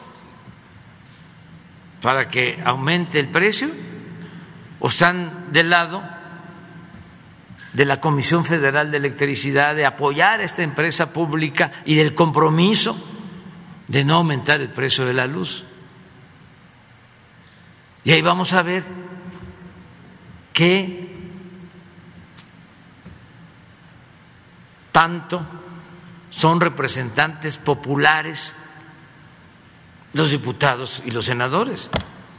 para que aumente el precio? ¿O están del lado de la Comisión Federal de Electricidad, de apoyar a esta empresa pública y del compromiso de no aumentar el precio de la luz? Y ahí vamos a ver qué tanto son representantes populares los diputados y los senadores.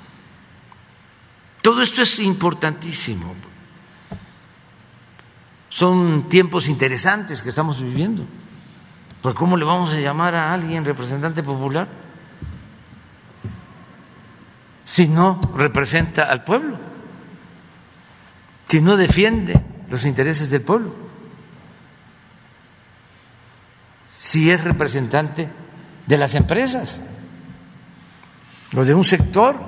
Todo esto es importantísimo. Son tiempos interesantes que estamos viviendo. ¿Pero cómo le vamos a llamar a alguien representante popular si no representa al pueblo, si no defiende los intereses del pueblo, si es representante de las empresas o de un sector?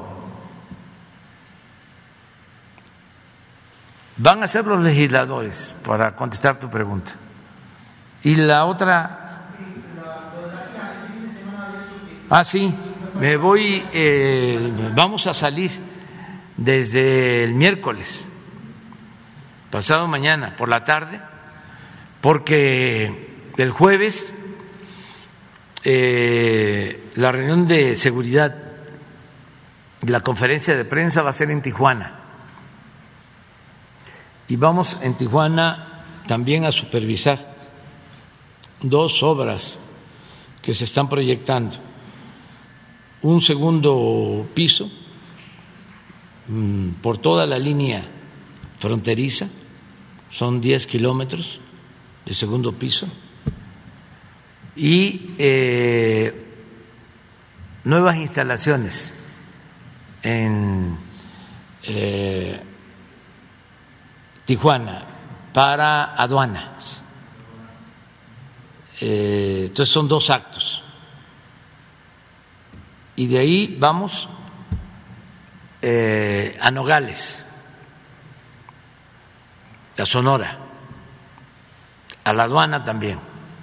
Van a ser los legisladores, para contestar tu pregunta. Y la otra, sí, me voy, vamos a salir desde el miércoles, pasado mañana por la tarde, porque el jueves la reunión de seguridad, la conferencia de prensa va a ser en Tijuana. Y vamos en Tijuana también a supervisar 2 obras que se están proyectando. Un segundo piso por toda la línea fronteriza, son 10 kilómetros de segundo piso, y nuevas instalaciones en Tijuana para aduanas. Entonces son 2 actos. Y de ahí vamos a Nogales, a Sonora, a la aduana también,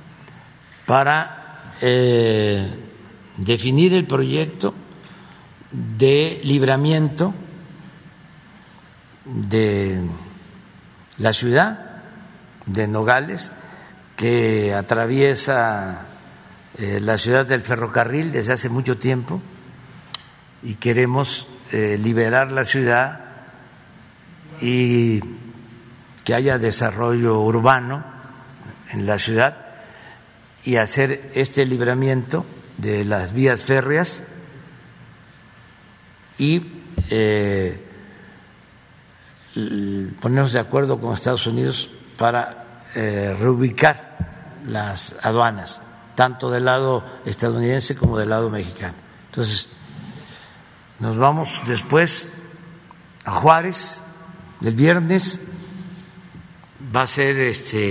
para definir el proyecto de libramiento de la ciudad de Nogales, que atraviesa la ciudad del ferrocarril desde hace mucho tiempo, y queremos liberar la ciudad y que haya desarrollo urbano en la ciudad y hacer este libramiento de las vías férreas y ponernos de acuerdo con Estados Unidos para reubicar las aduanas, tanto del lado estadounidense como del lado mexicano. Entonces, nos vamos después a Juárez. El viernes va a ser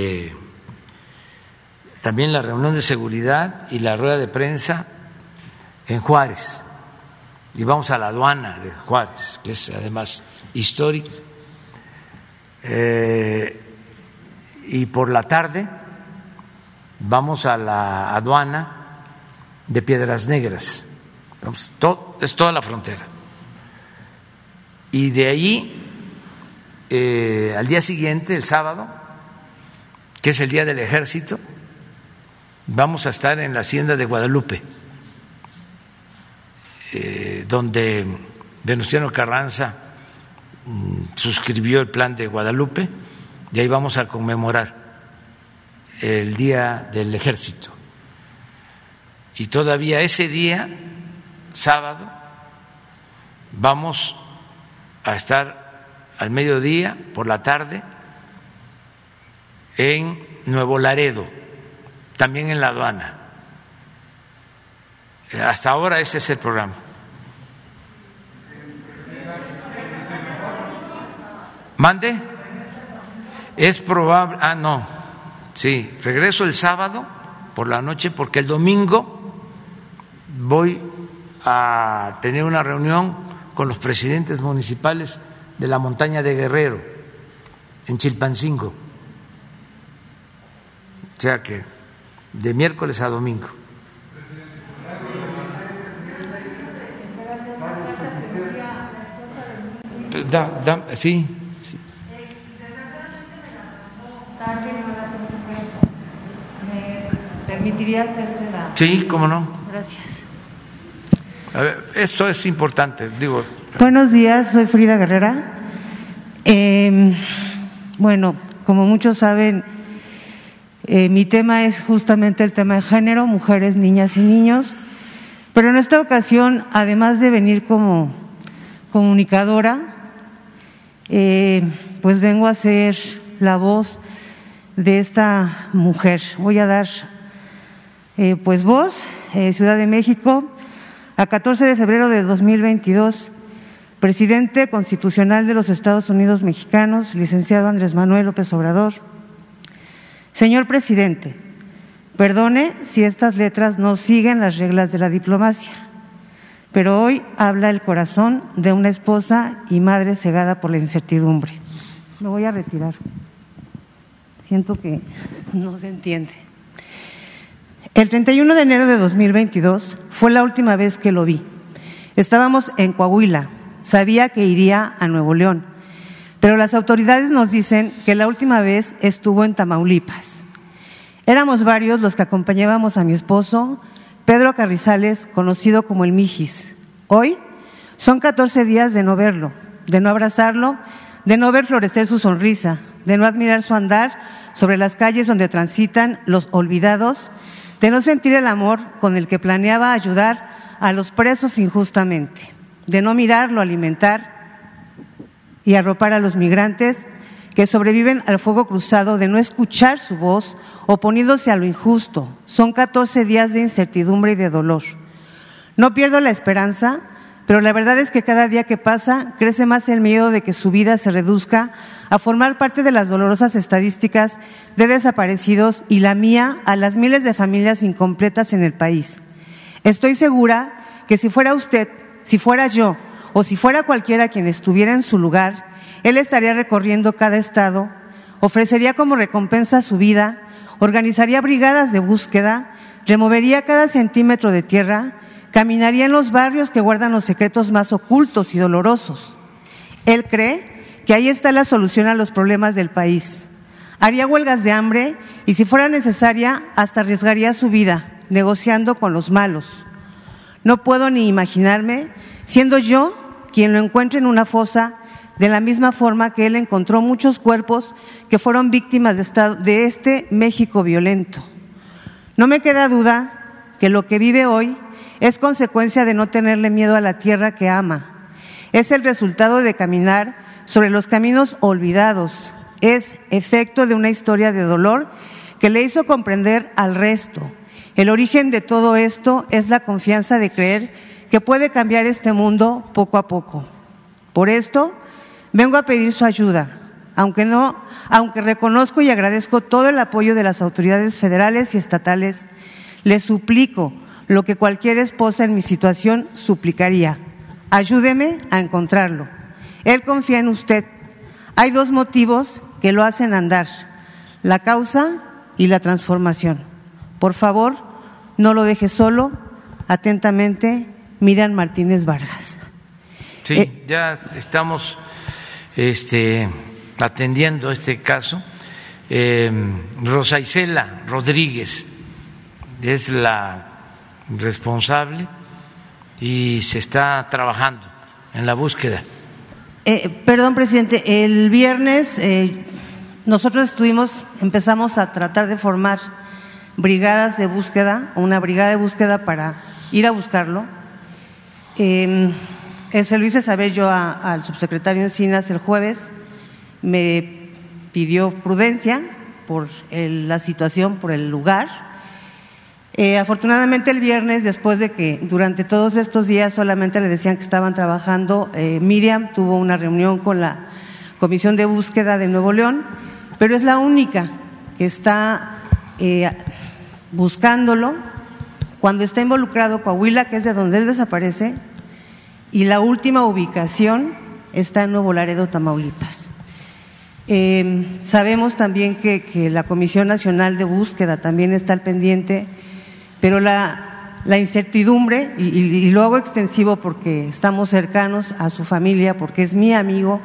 también la reunión de seguridad y la rueda de prensa en Juárez. Y vamos a la aduana de Juárez, que es además histórica. Y por la tarde vamos a la aduana de Piedras Negras. Es toda la frontera. Y de ahí, al día siguiente, el sábado, que es el Día del Ejército, vamos a estar en la Hacienda de Guadalupe, donde Venustiano Carranza suscribió el Plan de Guadalupe, y ahí vamos a conmemorar el Día del Ejército. Y todavía ese día, sábado, vamos a estar al mediodía, por la tarde, en Nuevo Laredo, también en la aduana. Hasta ahora ese es el programa. ¿Mande? Es probable, no, sí, regreso el sábado por la noche, porque el domingo voy a tener una reunión con los presidentes municipales de la montaña de Guerrero, en Chilpancingo. O sea que de miércoles a domingo. Sí. ¿Me permitiría hacérsela? Sí, cómo no. Gracias. A ver, esto es importante, digo. Buenos días, soy Frida Guerrera. Bueno, como muchos saben, mi tema es justamente el tema de género, mujeres, niñas y niños, pero en esta ocasión, además de venir como comunicadora, pues vengo a ser la voz de esta mujer. Voy a dar pues voz, Ciudad de México, a 14 de febrero de 2022, presidente constitucional de los Estados Unidos mexicanos, licenciado Andrés Manuel López Obrador. Señor presidente, perdone si estas letras no siguen las reglas de la diplomacia, pero hoy habla el corazón de una esposa y madre cegada por la incertidumbre. Me voy a retirar. Siento que no se entiende. El 31 de enero de 2022 fue la última vez que lo vi. Estábamos en Coahuila, sabía que iría a Nuevo León, pero las autoridades nos dicen que la última vez estuvo en Tamaulipas. Éramos varios los que acompañábamos a mi esposo, Pedro Carrizales, conocido como el Mijis. Hoy son 14 días de no verlo, de no abrazarlo, de no ver florecer su sonrisa, de no admirar su andar sobre las calles donde transitan los olvidados, de no sentir el amor con el que planeaba ayudar a los presos injustamente, de no mirarlo, alimentar y arropar a los migrantes que sobreviven al fuego cruzado, de no escuchar su voz oponiéndose a lo injusto. Son 14 días de incertidumbre y de dolor. No pierdo la esperanza, pero la verdad es que cada día que pasa crece más el miedo de que su vida se reduzca a formar parte de las dolorosas estadísticas de desaparecidos y la mía a las miles de familias incompletas en el país. Estoy segura que si fuera usted, si fuera yo o si fuera cualquiera quien estuviera en su lugar, él estaría recorriendo cada estado, ofrecería como recompensa su vida, organizaría brigadas de búsqueda, removería cada centímetro de tierra, caminaría en los barrios que guardan los secretos más ocultos y dolorosos. Él cree que ahí está la solución a los problemas del país. Haría huelgas de hambre y, si fuera necesaria, hasta arriesgaría su vida, negociando con los malos. No puedo ni imaginarme siendo yo quien lo encuentre en una fosa, de la misma forma que él encontró muchos cuerpos que fueron víctimas de este México violento. No me queda duda que lo que vive hoy es consecuencia de no tenerle miedo a la tierra que ama. Es el resultado de caminar sobre los caminos olvidados. Es efecto de una historia de dolor que le hizo comprender al resto. El origen de todo esto es la confianza de creer que puede cambiar este mundo poco a poco. Por esto, vengo a pedir su ayuda, aunque reconozco y agradezco todo el apoyo de las autoridades federales y estatales. Les suplico lo que cualquier esposa en mi situación suplicaría: ayúdeme a encontrarlo. Él confía en usted. Hay dos motivos que lo hacen andar: la causa y la transformación. Por favor, no lo deje solo. Atentamente, Miriam Martínez Vargas. Sí, ya estamos atendiendo este caso. Rosa Isela Rodríguez es la responsable y se está trabajando en la búsqueda. Perdón, presidente, el viernes nosotros empezamos a tratar de formar brigadas de búsqueda, una brigada de búsqueda para ir a buscarlo. Se lo hice saber yo al subsecretario Encinas el jueves, me pidió prudencia por la situación, por el lugar. Afortunadamente el viernes, después de que durante todos estos días solamente le decían que estaban trabajando, Miriam tuvo una reunión con la Comisión de Búsqueda de Nuevo León, pero es la única que está buscándolo cuando está involucrado Coahuila, que es de donde él desaparece, y la última ubicación está en Nuevo Laredo, Tamaulipas. Sabemos también que la Comisión Nacional de Búsqueda también está al pendiente, pero la incertidumbre, y lo hago extensivo porque estamos cercanos a su familia, porque es mi amigo,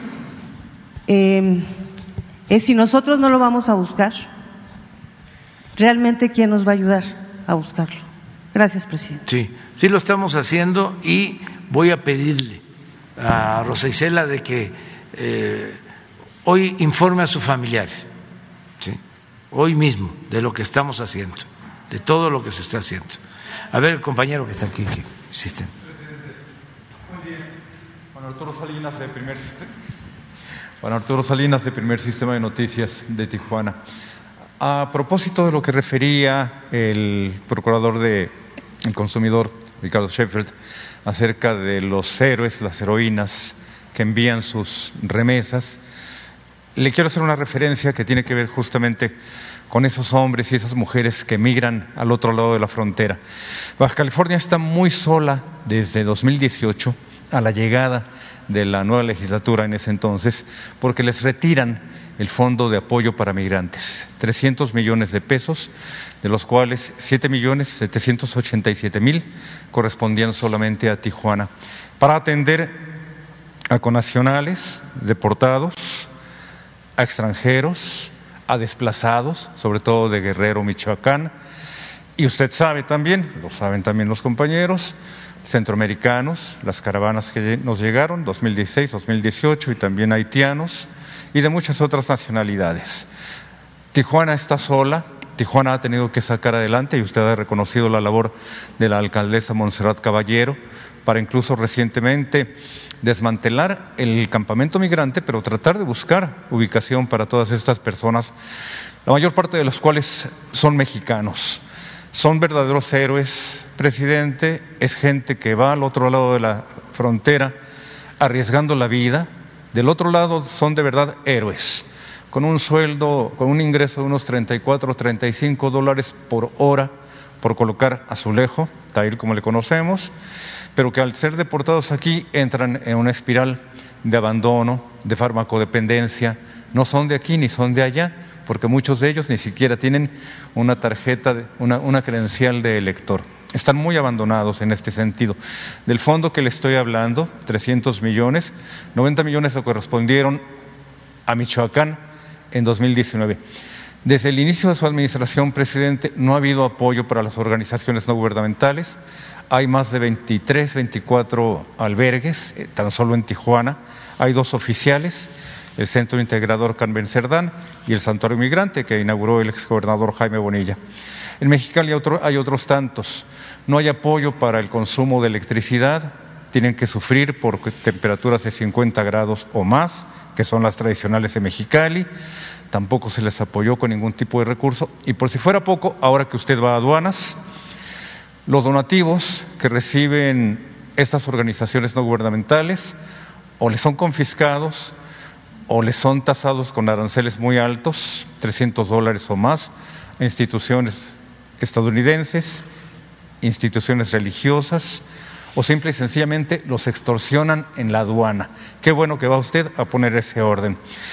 es si nosotros no lo vamos a buscar, realmente ¿quién nos va a ayudar a buscarlo? Gracias, presidente. Sí lo estamos haciendo y voy a pedirle a Rosa Isela de que hoy informe a sus familiares, ¿sí? Hoy mismo, de lo que estamos haciendo, de todo lo que se está haciendo. A ver, el compañero que está aquí, que existe. Buen día. Juan Arturo Salinas, de Primer Sistema. Juan Arturo Salinas, de Primer Sistema de Noticias de Tijuana. A propósito de lo que refería el procurador del consumidor, Ricardo Sheffield, acerca de los héroes, las heroínas que envían sus remesas, le quiero hacer una referencia que tiene que ver justamente con esos hombres y esas mujeres que migran al otro lado de la frontera. Baja California está muy sola desde 2018, a la llegada de la nueva legislatura en ese entonces, porque les retiran el Fondo de Apoyo para Migrantes, 300 millones de pesos, de los cuales 7.787.000 correspondían solamente a Tijuana, para atender a connacionales deportados, a extranjeros, a desplazados, sobre todo de Guerrero, Michoacán, y usted sabe también, lo saben también los compañeros, centroamericanos, las caravanas que nos llegaron, 2016, 2018, y también haitianos, y de muchas otras nacionalidades. Tijuana está sola, Tijuana ha tenido que sacar adelante, y usted ha reconocido la labor de la alcaldesa Montserrat Caballero, para incluso recientemente desmantelar el campamento migrante, pero tratar de buscar ubicación para todas estas personas, la mayor parte de las cuales son mexicanos. Son verdaderos héroes, presidente, es gente que va al otro lado de la frontera arriesgando la vida. Del otro lado son de verdad héroes, con un sueldo, con un ingreso de unos $34, $35 por hora por colocar azulejo, tile como le conocemos, pero que al ser deportados aquí entran en una espiral de abandono, de farmacodependencia. No son de aquí ni son de allá, porque muchos de ellos ni siquiera tienen una tarjeta, una credencial de elector. Están muy abandonados en este sentido. Del fondo que le estoy hablando, 300 millones, 90 millones le correspondieron a Michoacán en 2019. Desde el inicio de su administración, presidente, no ha habido apoyo para las organizaciones no gubernamentales. Hay más de 23, 24 albergues, tan solo en Tijuana. Hay 2 oficiales, el Centro Integrador Carmen Cerdán y el Santuario Migrante, que inauguró el exgobernador Jaime Bonilla. En Mexicali hay otros tantos. No hay apoyo para el consumo de electricidad, tienen que sufrir por temperaturas de 50 grados o más, que son las tradicionales de Mexicali. Tampoco se les apoyó con ningún tipo de recurso. Y por si fuera poco, ahora que usted va a aduanas, los donativos que reciben estas organizaciones no gubernamentales o les son confiscados o les son tasados con aranceles muy altos, $300 o más, a instituciones estadounidenses, instituciones religiosas, o simple y sencillamente los extorsionan en la aduana. Qué bueno que va usted a poner ese orden.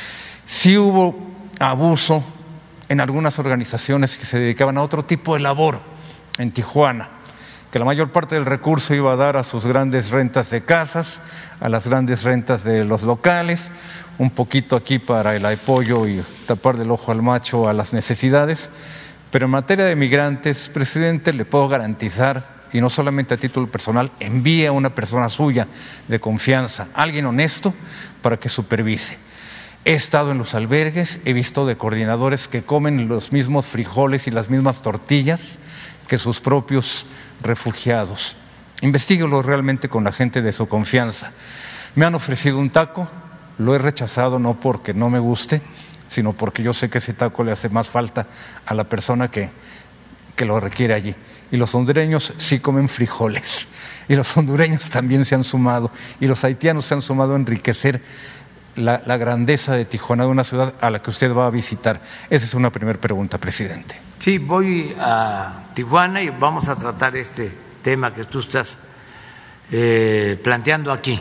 Sí hubo abuso en algunas organizaciones que se dedicaban a otro tipo de labor en Tijuana, que la mayor parte del recurso iba a dar a sus grandes rentas de casas, a las grandes rentas de los locales, un poquito aquí para el apoyo y tapar del ojo al macho a las necesidades. Pero en materia de migrantes, presidente, le puedo garantizar, y no solamente a título personal, envíe a una persona suya de confianza, alguien honesto, para que supervise. He estado en los albergues, he visto de coordinadores que comen los mismos frijoles y las mismas tortillas que sus propios refugiados. Investíguelo realmente con la gente de su confianza. Me han ofrecido un taco, lo he rechazado no porque no me guste, sino porque yo sé que ese taco le hace más falta a la persona que lo requiere allí. Y los hondureños sí comen frijoles, y los hondureños también se han sumado, y los haitianos se han sumado a enriquecer la grandeza de Tijuana, de una ciudad a la que usted va a visitar. Esa es una primera pregunta, presidente. Sí, voy a Tijuana y vamos a tratar este tema que tú estás planteando aquí.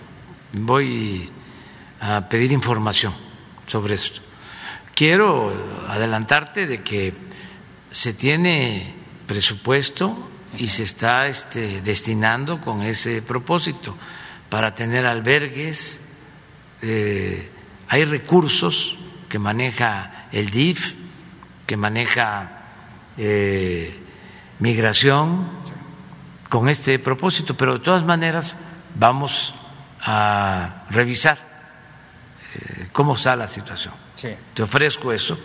Voy a pedir información sobre esto. Quiero adelantarte de que se tiene presupuesto y se está destinando con ese propósito para tener albergues. Hay recursos que maneja el DIF, que maneja migración con este propósito, pero de todas maneras vamos a revisar cómo está la situación. Sí. Te ofrezco eso.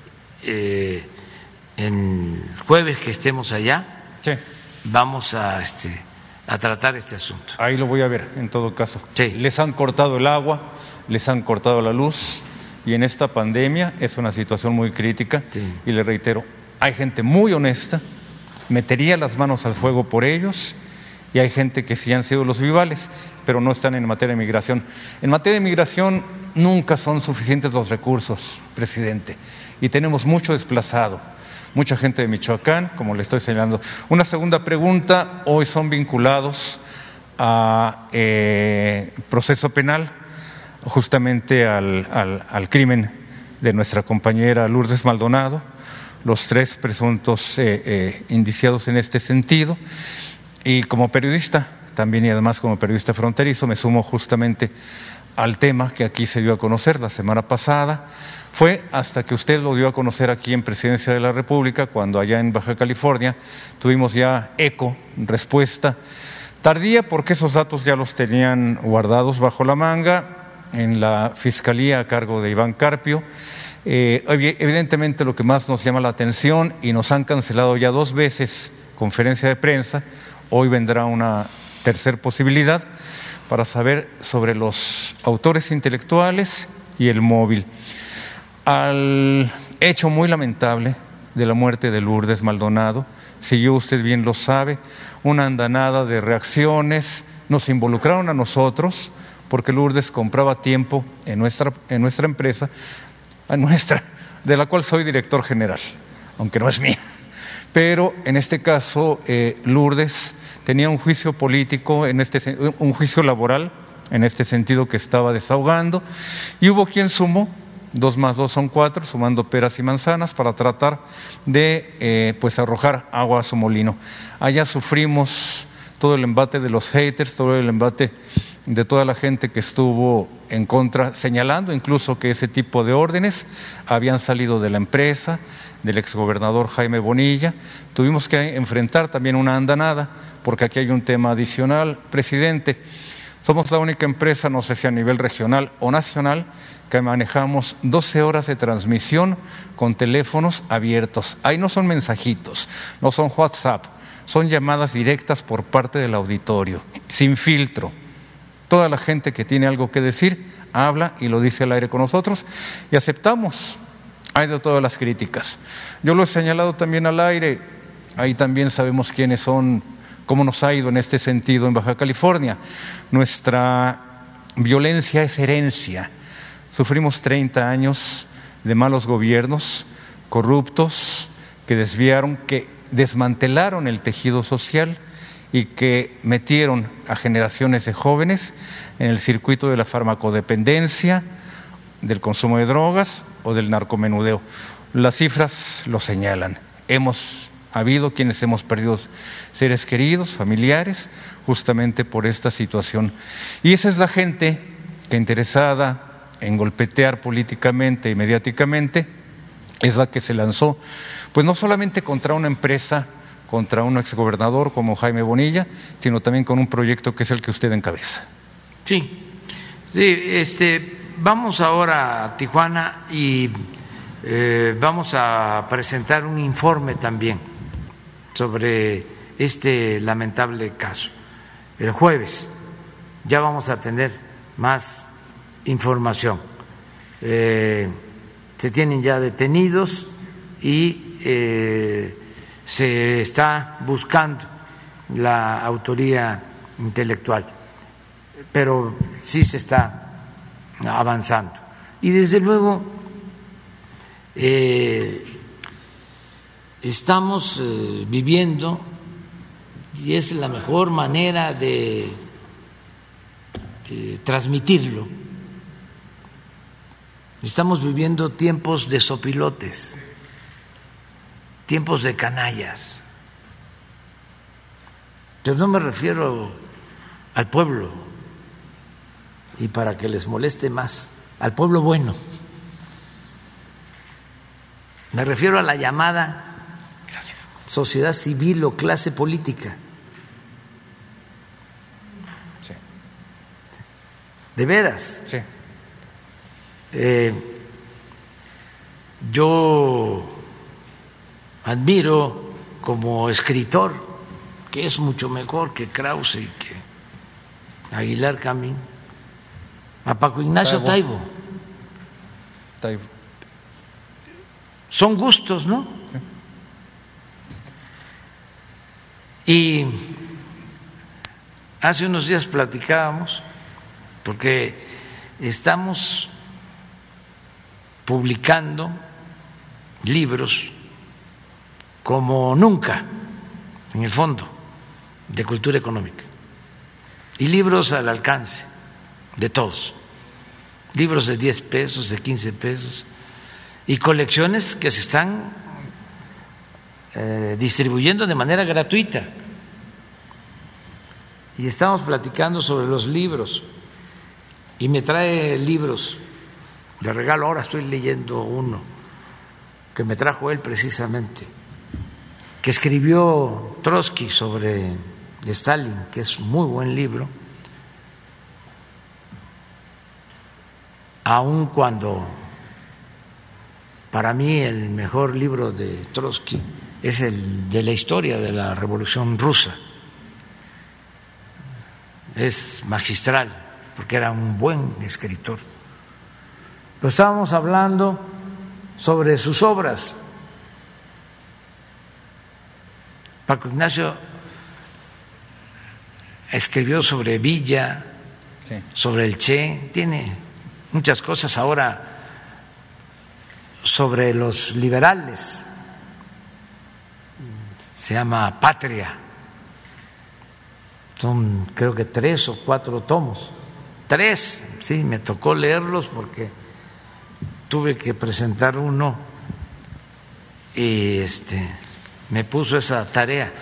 En jueves que estemos allá, sí, vamos a tratar este asunto. Ahí lo voy a ver, en todo caso. Sí. Les han cortado el agua, les han cortado la luz, y en esta pandemia es una situación muy crítica. Sí. Y le reitero, hay gente muy honesta, metería las manos al fuego por ellos, y hay gente que sí han sido los vivales, pero no están en materia de migración. En materia de migración nunca son suficientes los recursos, presidente, y tenemos mucho desplazado, mucha gente de Michoacán, como le estoy señalando. Una segunda pregunta, hoy son vinculados a proceso penal, justamente al crimen de nuestra compañera Lourdes Maldonado, los 3 presuntos indiciados en este sentido. Y como periodista, también y además como periodista fronterizo, me sumo justamente al tema que aquí se dio a conocer la semana pasada. Fue hasta que usted lo dio a conocer aquí en Presidencia de la República, cuando allá en Baja California tuvimos ya eco, respuesta tardía, porque esos datos ya los tenían guardados bajo la manga en la Fiscalía a cargo de Iván Carpio. Evidentemente lo que más nos llama la atención, y nos han cancelado ya 2 veces conferencia de prensa, hoy vendrá una tercera posibilidad para saber sobre los autores intelectuales y el móvil. Al hecho muy lamentable de la muerte de Lourdes Maldonado, siguió, usted bien lo sabe, una andanada de reacciones, nos involucraron a nosotros, porque Lourdes compraba tiempo en nuestra empresa, de la cual soy director general, aunque no es mía. Pero en este caso, Lourdes tenía un juicio político, un juicio laboral, en este sentido que estaba desahogando, y hubo quien sumó 2 más 2 son 4, sumando peras y manzanas para tratar de pues arrojar agua a su molino. Allá sufrimos todo el embate de los haters, todo el embate de toda la gente que estuvo en contra, señalando incluso que ese tipo de órdenes habían salido de la empresa, del exgobernador Jaime Bonilla. Tuvimos que enfrentar también una andanada, porque aquí hay un tema adicional. Presidente, somos la única empresa, no sé si a nivel regional o nacional, que manejamos 12 horas de transmisión con teléfonos abiertos. Ahí no son mensajitos, no son WhatsApp, son llamadas directas por parte del auditorio, sin filtro. Toda la gente que tiene algo que decir, habla y lo dice al aire con nosotros y aceptamos. Hay de todas las críticas. Yo lo he señalado también al aire, ahí también sabemos quiénes son, cómo nos ha ido en este sentido en Baja California. Nuestra violencia es herencia. Sufrimos 30 años de malos gobiernos, corruptos, que desviaron, que desmantelaron el tejido social y que metieron a generaciones de jóvenes en el circuito de la farmacodependencia, del consumo de drogas o del narcomenudeo. Las cifras lo señalan. Hemos habido quienes hemos perdido seres queridos, familiares, justamente por esta situación. Y esa es la gente que, interesada en golpetear políticamente y mediáticamente, es la que se lanzó, pues no solamente contra una empresa, contra un exgobernador como Jaime Bonilla, sino también con un proyecto que es el que usted encabeza. Sí, vamos ahora a Tijuana y vamos a presentar un informe también sobre este lamentable caso. El jueves ya vamos a tener más información. Se tienen ya detenidos y se está buscando la autoría intelectual, pero sí se está avanzando. Y desde luego estamos viviendo, y es la mejor manera de transmitirlo, estamos viviendo tiempos de sopilotes, tiempos de canallas. Pero no me refiero al pueblo, y para que les moleste más, al pueblo bueno. Me refiero a la llamada sociedad civil o clase política. Sí. De veras. Sí. Yo admiro como escritor, que es mucho mejor que Krause y que Aguilar Camín, a Paco Ignacio Taibo. Son gustos, ¿no? Sí. Y hace unos días platicábamos, porque estamos publicando libros como nunca en el Fondo de Cultura Económica, y libros al alcance de todos, libros de 10 pesos, de 15 pesos, y colecciones que se están distribuyendo de manera gratuita. Y estamos platicando sobre los libros, y me trae libros de regalo. Ahora estoy leyendo uno que me trajo él precisamente, que escribió Trotsky sobre Stalin, que es un muy buen libro, aun cuando para mí el mejor libro de Trotsky es el de la historia de la Revolución Rusa. Es magistral, porque era un buen escritor. Pero estábamos hablando sobre sus obras, Paco Ignacio escribió sobre Villa, Sí. sobre el Che, tiene muchas cosas ahora sobre los liberales, se llama Patria, son creo que 3 o 4 tomos, 3, sí, me tocó leerlos porque tuve que presentar uno y me puso esa tarea.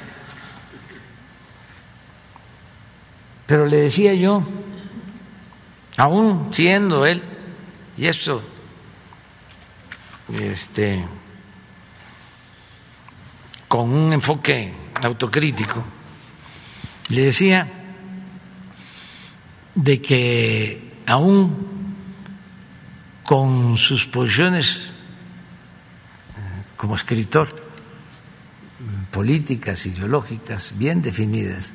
Pero le decía yo, aún siendo él, y eso, con un enfoque autocrítico, le decía de que aún con sus posiciones como escritor, políticas, ideológicas, bien definidas,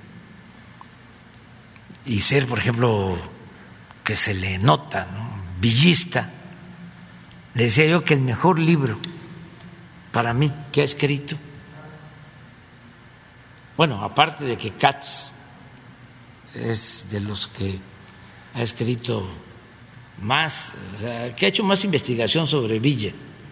y ser, por ejemplo, que se le nota, ¿no?, villista, le decía yo que el mejor libro para mí que ha escrito, bueno, aparte de que Katz es de los que ha escrito más, o sea, que ha hecho más investigación sobre Villa,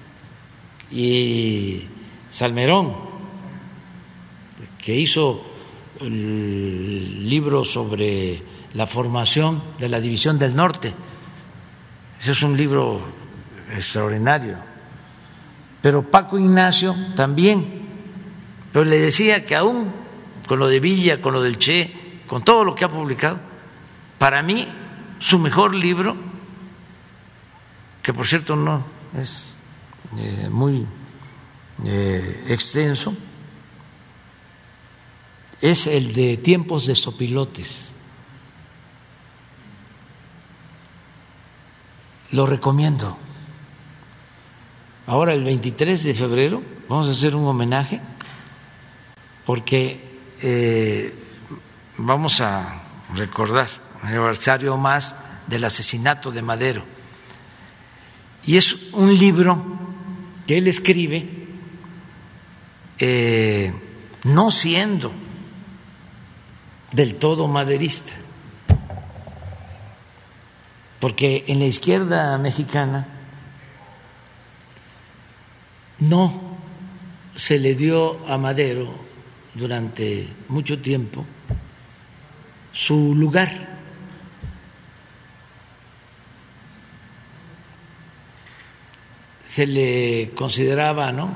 y Salmerón, que hizo el libro sobre la formación de la División del Norte. Ese es un libro extraordinario. Pero Paco Ignacio también. Pero le decía que aún con lo de Villa, con lo del Che, con todo lo que ha publicado, para mí su mejor libro, que por cierto no es muy extenso, es el de Tiempos de Sopilotes. Lo recomiendo. Ahora el 23 de febrero vamos a hacer un homenaje porque vamos a recordar el aniversario más del asesinato de Madero. Y es un libro que él escribe no siendo del todo maderista, porque en la izquierda mexicana no se le dio a Madero durante mucho tiempo su lugar. Se le consideraba, ¿no?,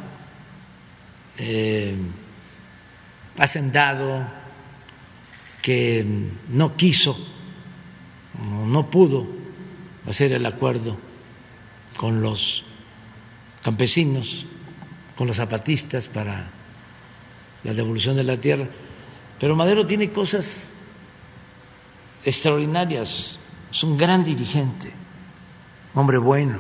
hacendado, que no quiso, no pudo hacer el acuerdo con los campesinos, con los zapatistas para la devolución de la tierra. Pero Madero tiene cosas extraordinarias, es un gran dirigente, hombre bueno,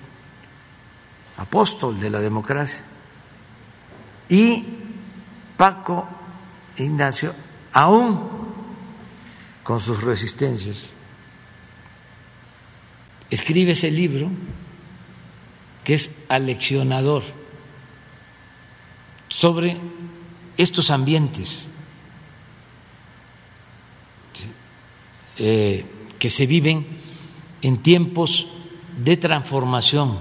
apóstol de la democracia. Y Paco Ignacio, aún con sus resistencias, escribe ese libro que es aleccionador sobre estos ambientes que se viven en tiempos de transformación.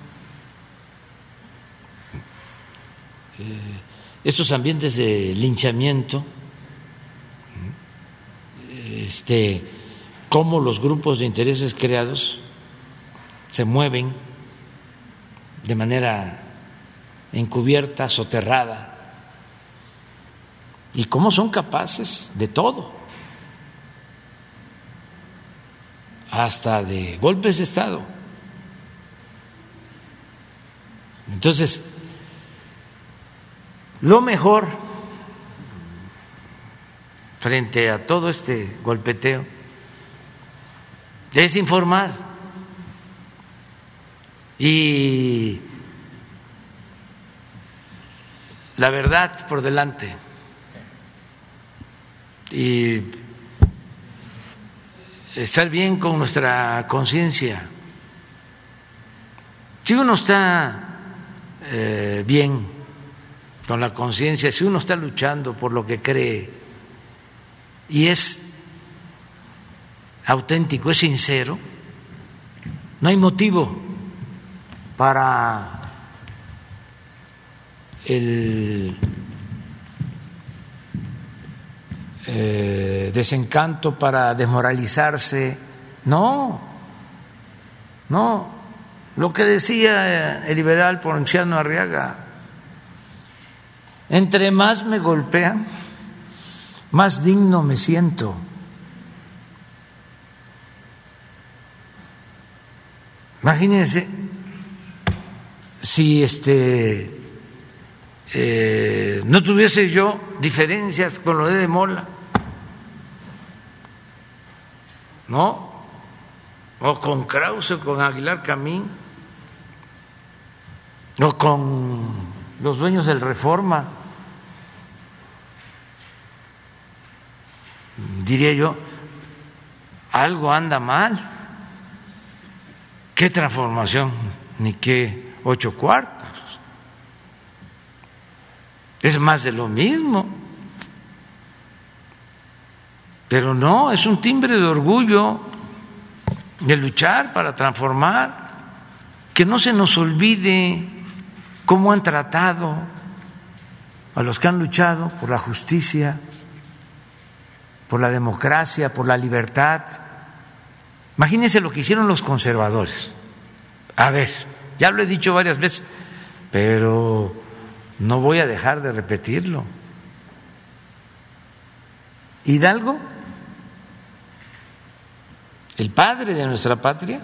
Estos ambientes de linchamiento, cómo los grupos de intereses creados se mueven de manera encubierta, soterrada, y cómo son capaces de todo, hasta de golpes de Estado. Entonces, lo mejor frente a todo este golpeteo es informar y la verdad por delante, y estar bien con nuestra conciencia. Si uno está bien con la conciencia, si uno está luchando por lo que cree y es auténtico, es sincero, no hay motivo para el desencanto, para desmoralizarse. No, lo que decía el liberal Ponciano Arriaga, entre más me golpean, más digno me siento. Imagínense si no tuviese yo diferencias con lo de Mola, ¿no? O con Krause, o con Aguilar Camín, o con los dueños del Reforma. Diría yo, algo anda mal. ¿Qué transformación? Ni qué 8 cuartos. Es más de lo mismo. Pero no, es un timbre de orgullo de luchar para transformar. Que no se nos olvide cómo han tratado a los que han luchado por la justicia, por la democracia, por la libertad. Imagínense lo que hicieron los conservadores. A ver, ya lo he dicho varias veces, pero no voy a dejar de repetirlo. Hidalgo, el padre de nuestra patria,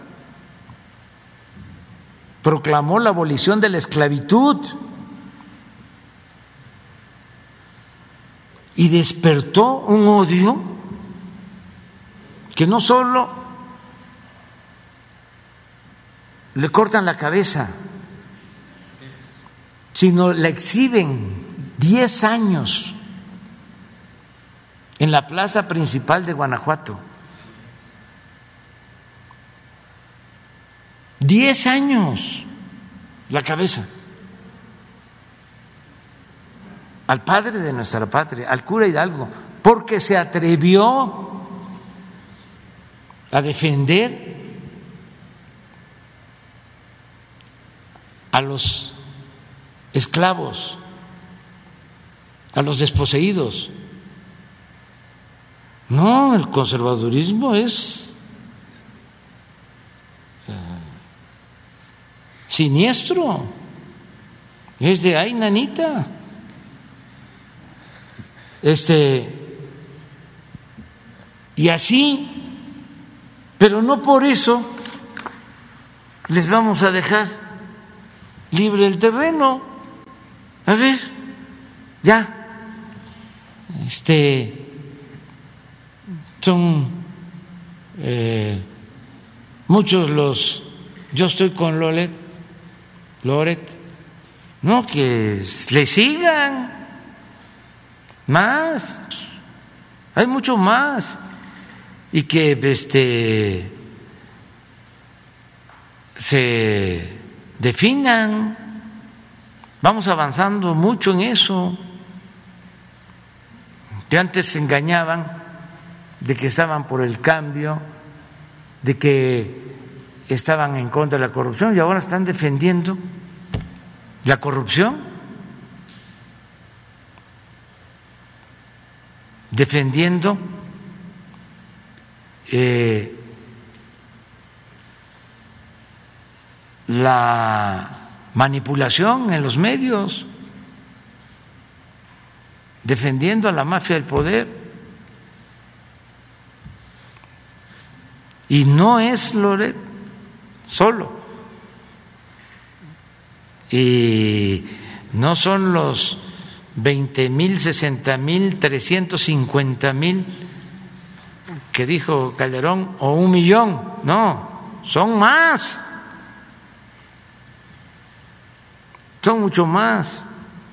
proclamó la abolición de la esclavitud y despertó un odio que no solo le cortan la cabeza, sino la exhiben 10 años en la plaza principal de Guanajuato. 10 años la cabeza al padre de nuestra patria, al cura Hidalgo, porque se atrevió a defender a los esclavos, a los desposeídos. No, el conservadurismo es siniestro, es de ay, nanita. Y así, pero no por eso les vamos a dejar libre el terreno. A ver, ya, son muchos los, yo estoy con Loret, no, que le sigan más, hay mucho más, y que se definan. Vamos avanzando mucho en eso. Que antes se engañaban de que estaban por el cambio, de que estaban en contra de la corrupción, y ahora están defendiendo la corrupción, defendiendo la manipulación en los medios, defendiendo a la mafia del poder. Y no es Loret solo, y no son los 20,000, 60,000, 350,000 que dijo Calderón, o 1,000,000, no, son más, son mucho más.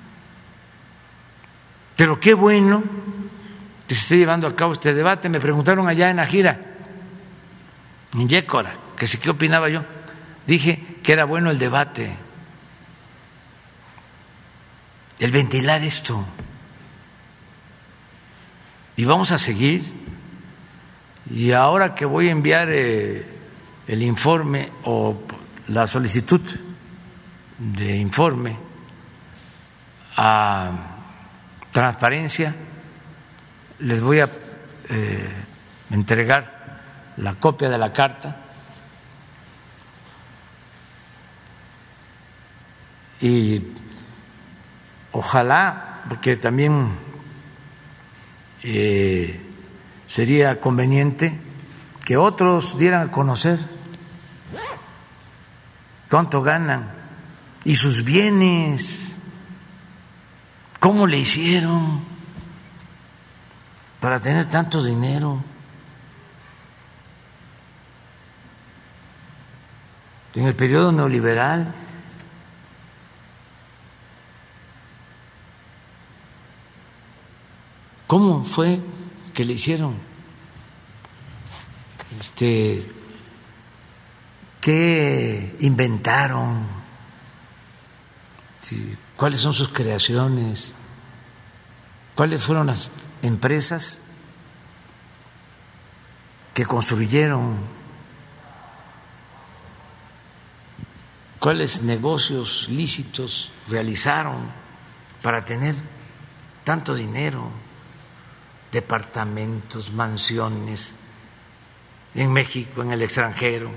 Pero qué bueno que se esté llevando a cabo este debate. Me preguntaron allá en la gira, en Yécora, que sí, qué opinaba yo. Dije que era bueno el debate, el ventilar esto. Y vamos a seguir. Y ahora que voy a enviar el informe o la solicitud de informe a Transparencia, les voy a entregar la copia de la carta y ojalá, porque también sería conveniente que otros dieran a conocer cuánto ganan y sus bienes, cómo le hicieron para tener tanto dinero. En el periodo neoliberal, ¿cómo fue que le hicieron? ¿Qué inventaron? ¿Cuáles son sus creaciones? ¿Cuáles fueron las empresas que construyeron? ¿Cuáles negocios lícitos realizaron para tener tanto dinero? Departamentos, mansiones en México, en el extranjero.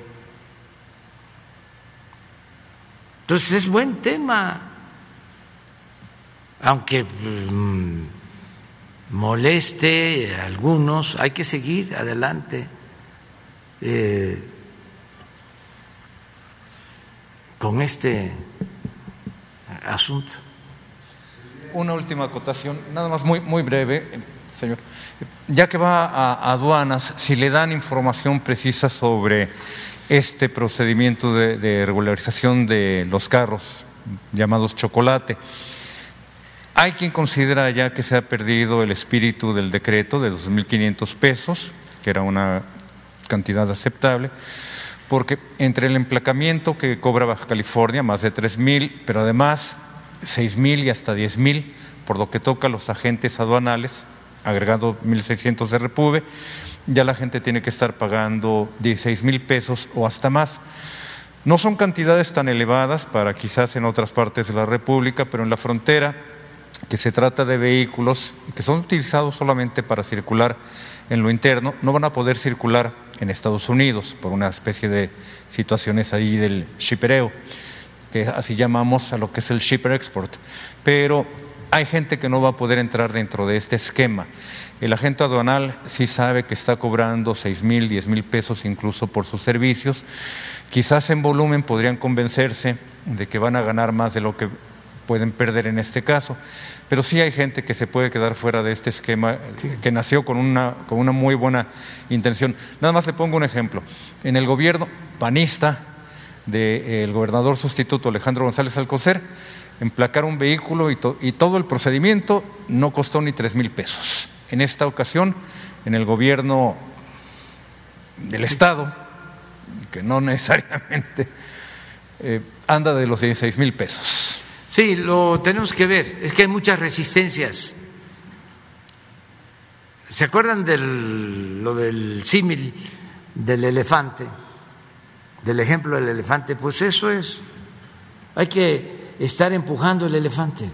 Entonces es buen tema, aunque moleste a algunos, hay que seguir adelante con este asunto. Una última acotación, nada más muy breve, señor. Ya que va a aduanas, si le dan información precisa sobre este procedimiento de regularización de los carros llamados chocolate, hay quien considera ya que se ha perdido el espíritu del decreto de 2.500 pesos, que era una cantidad aceptable, porque entre el emplacamiento que cobra Baja California, más de 3.000, pero además 6.000 y hasta 10.000, por lo que toca a los agentes aduanales, agregado 1.600 de repube, ya la gente tiene que estar pagando 16.000 pesos o hasta más. No son cantidades tan elevadas para quizás en otras partes de la República, pero en la frontera, que se trata de vehículos que son utilizados solamente para circular en lo interno, no van a poder circular en Estados Unidos por una especie de situaciones ahí del shippereo, que así llamamos a lo que es el shipper export, pero hay gente que no va a poder entrar dentro de este esquema. El agente aduanal sí sabe que está cobrando 6.000, 10.000 pesos incluso por sus servicios. Quizás en volumen podrían convencerse de que van a ganar más de lo que pueden perder en este caso, pero sí hay gente que se puede quedar fuera de este esquema, sí, que nació con una muy buena intención. Nada más le pongo un ejemplo. En el gobierno panista del gobernador sustituto Alejandro González Alcocer, emplacar un vehículo y todo el procedimiento no costó ni 3.000 pesos. En esta ocasión, en el gobierno del Estado, que no necesariamente anda de los 16.000 pesos. Sí, lo tenemos que ver, es que hay muchas resistencias. ¿Se acuerdan lo del símil del elefante, del ejemplo del elefante? Pues eso es, hay que estar empujando el elefante,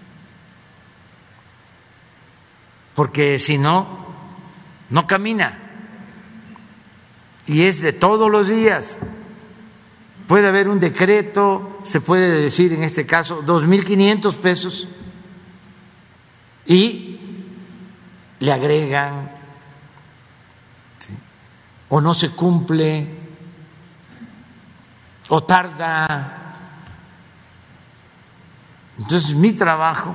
porque si no, no camina, y es de todos los días. Puede haber un decreto, se puede decir en este caso 2.500 pesos y le agregan, ¿sí?, o no se cumple, o tarda. Entonces mi trabajo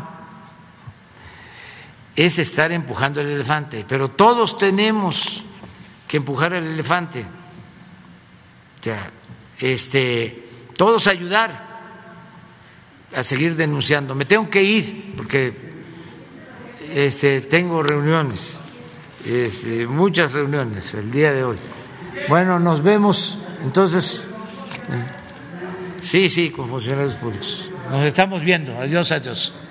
es estar empujando el elefante, pero todos tenemos que empujar el elefante. O sea, todos ayudar a seguir denunciando. Me tengo que ir porque tengo reuniones, muchas reuniones el día de hoy. Bueno, nos vemos entonces. Sí, con funcionarios públicos. Nos estamos viendo. Adiós, adiós.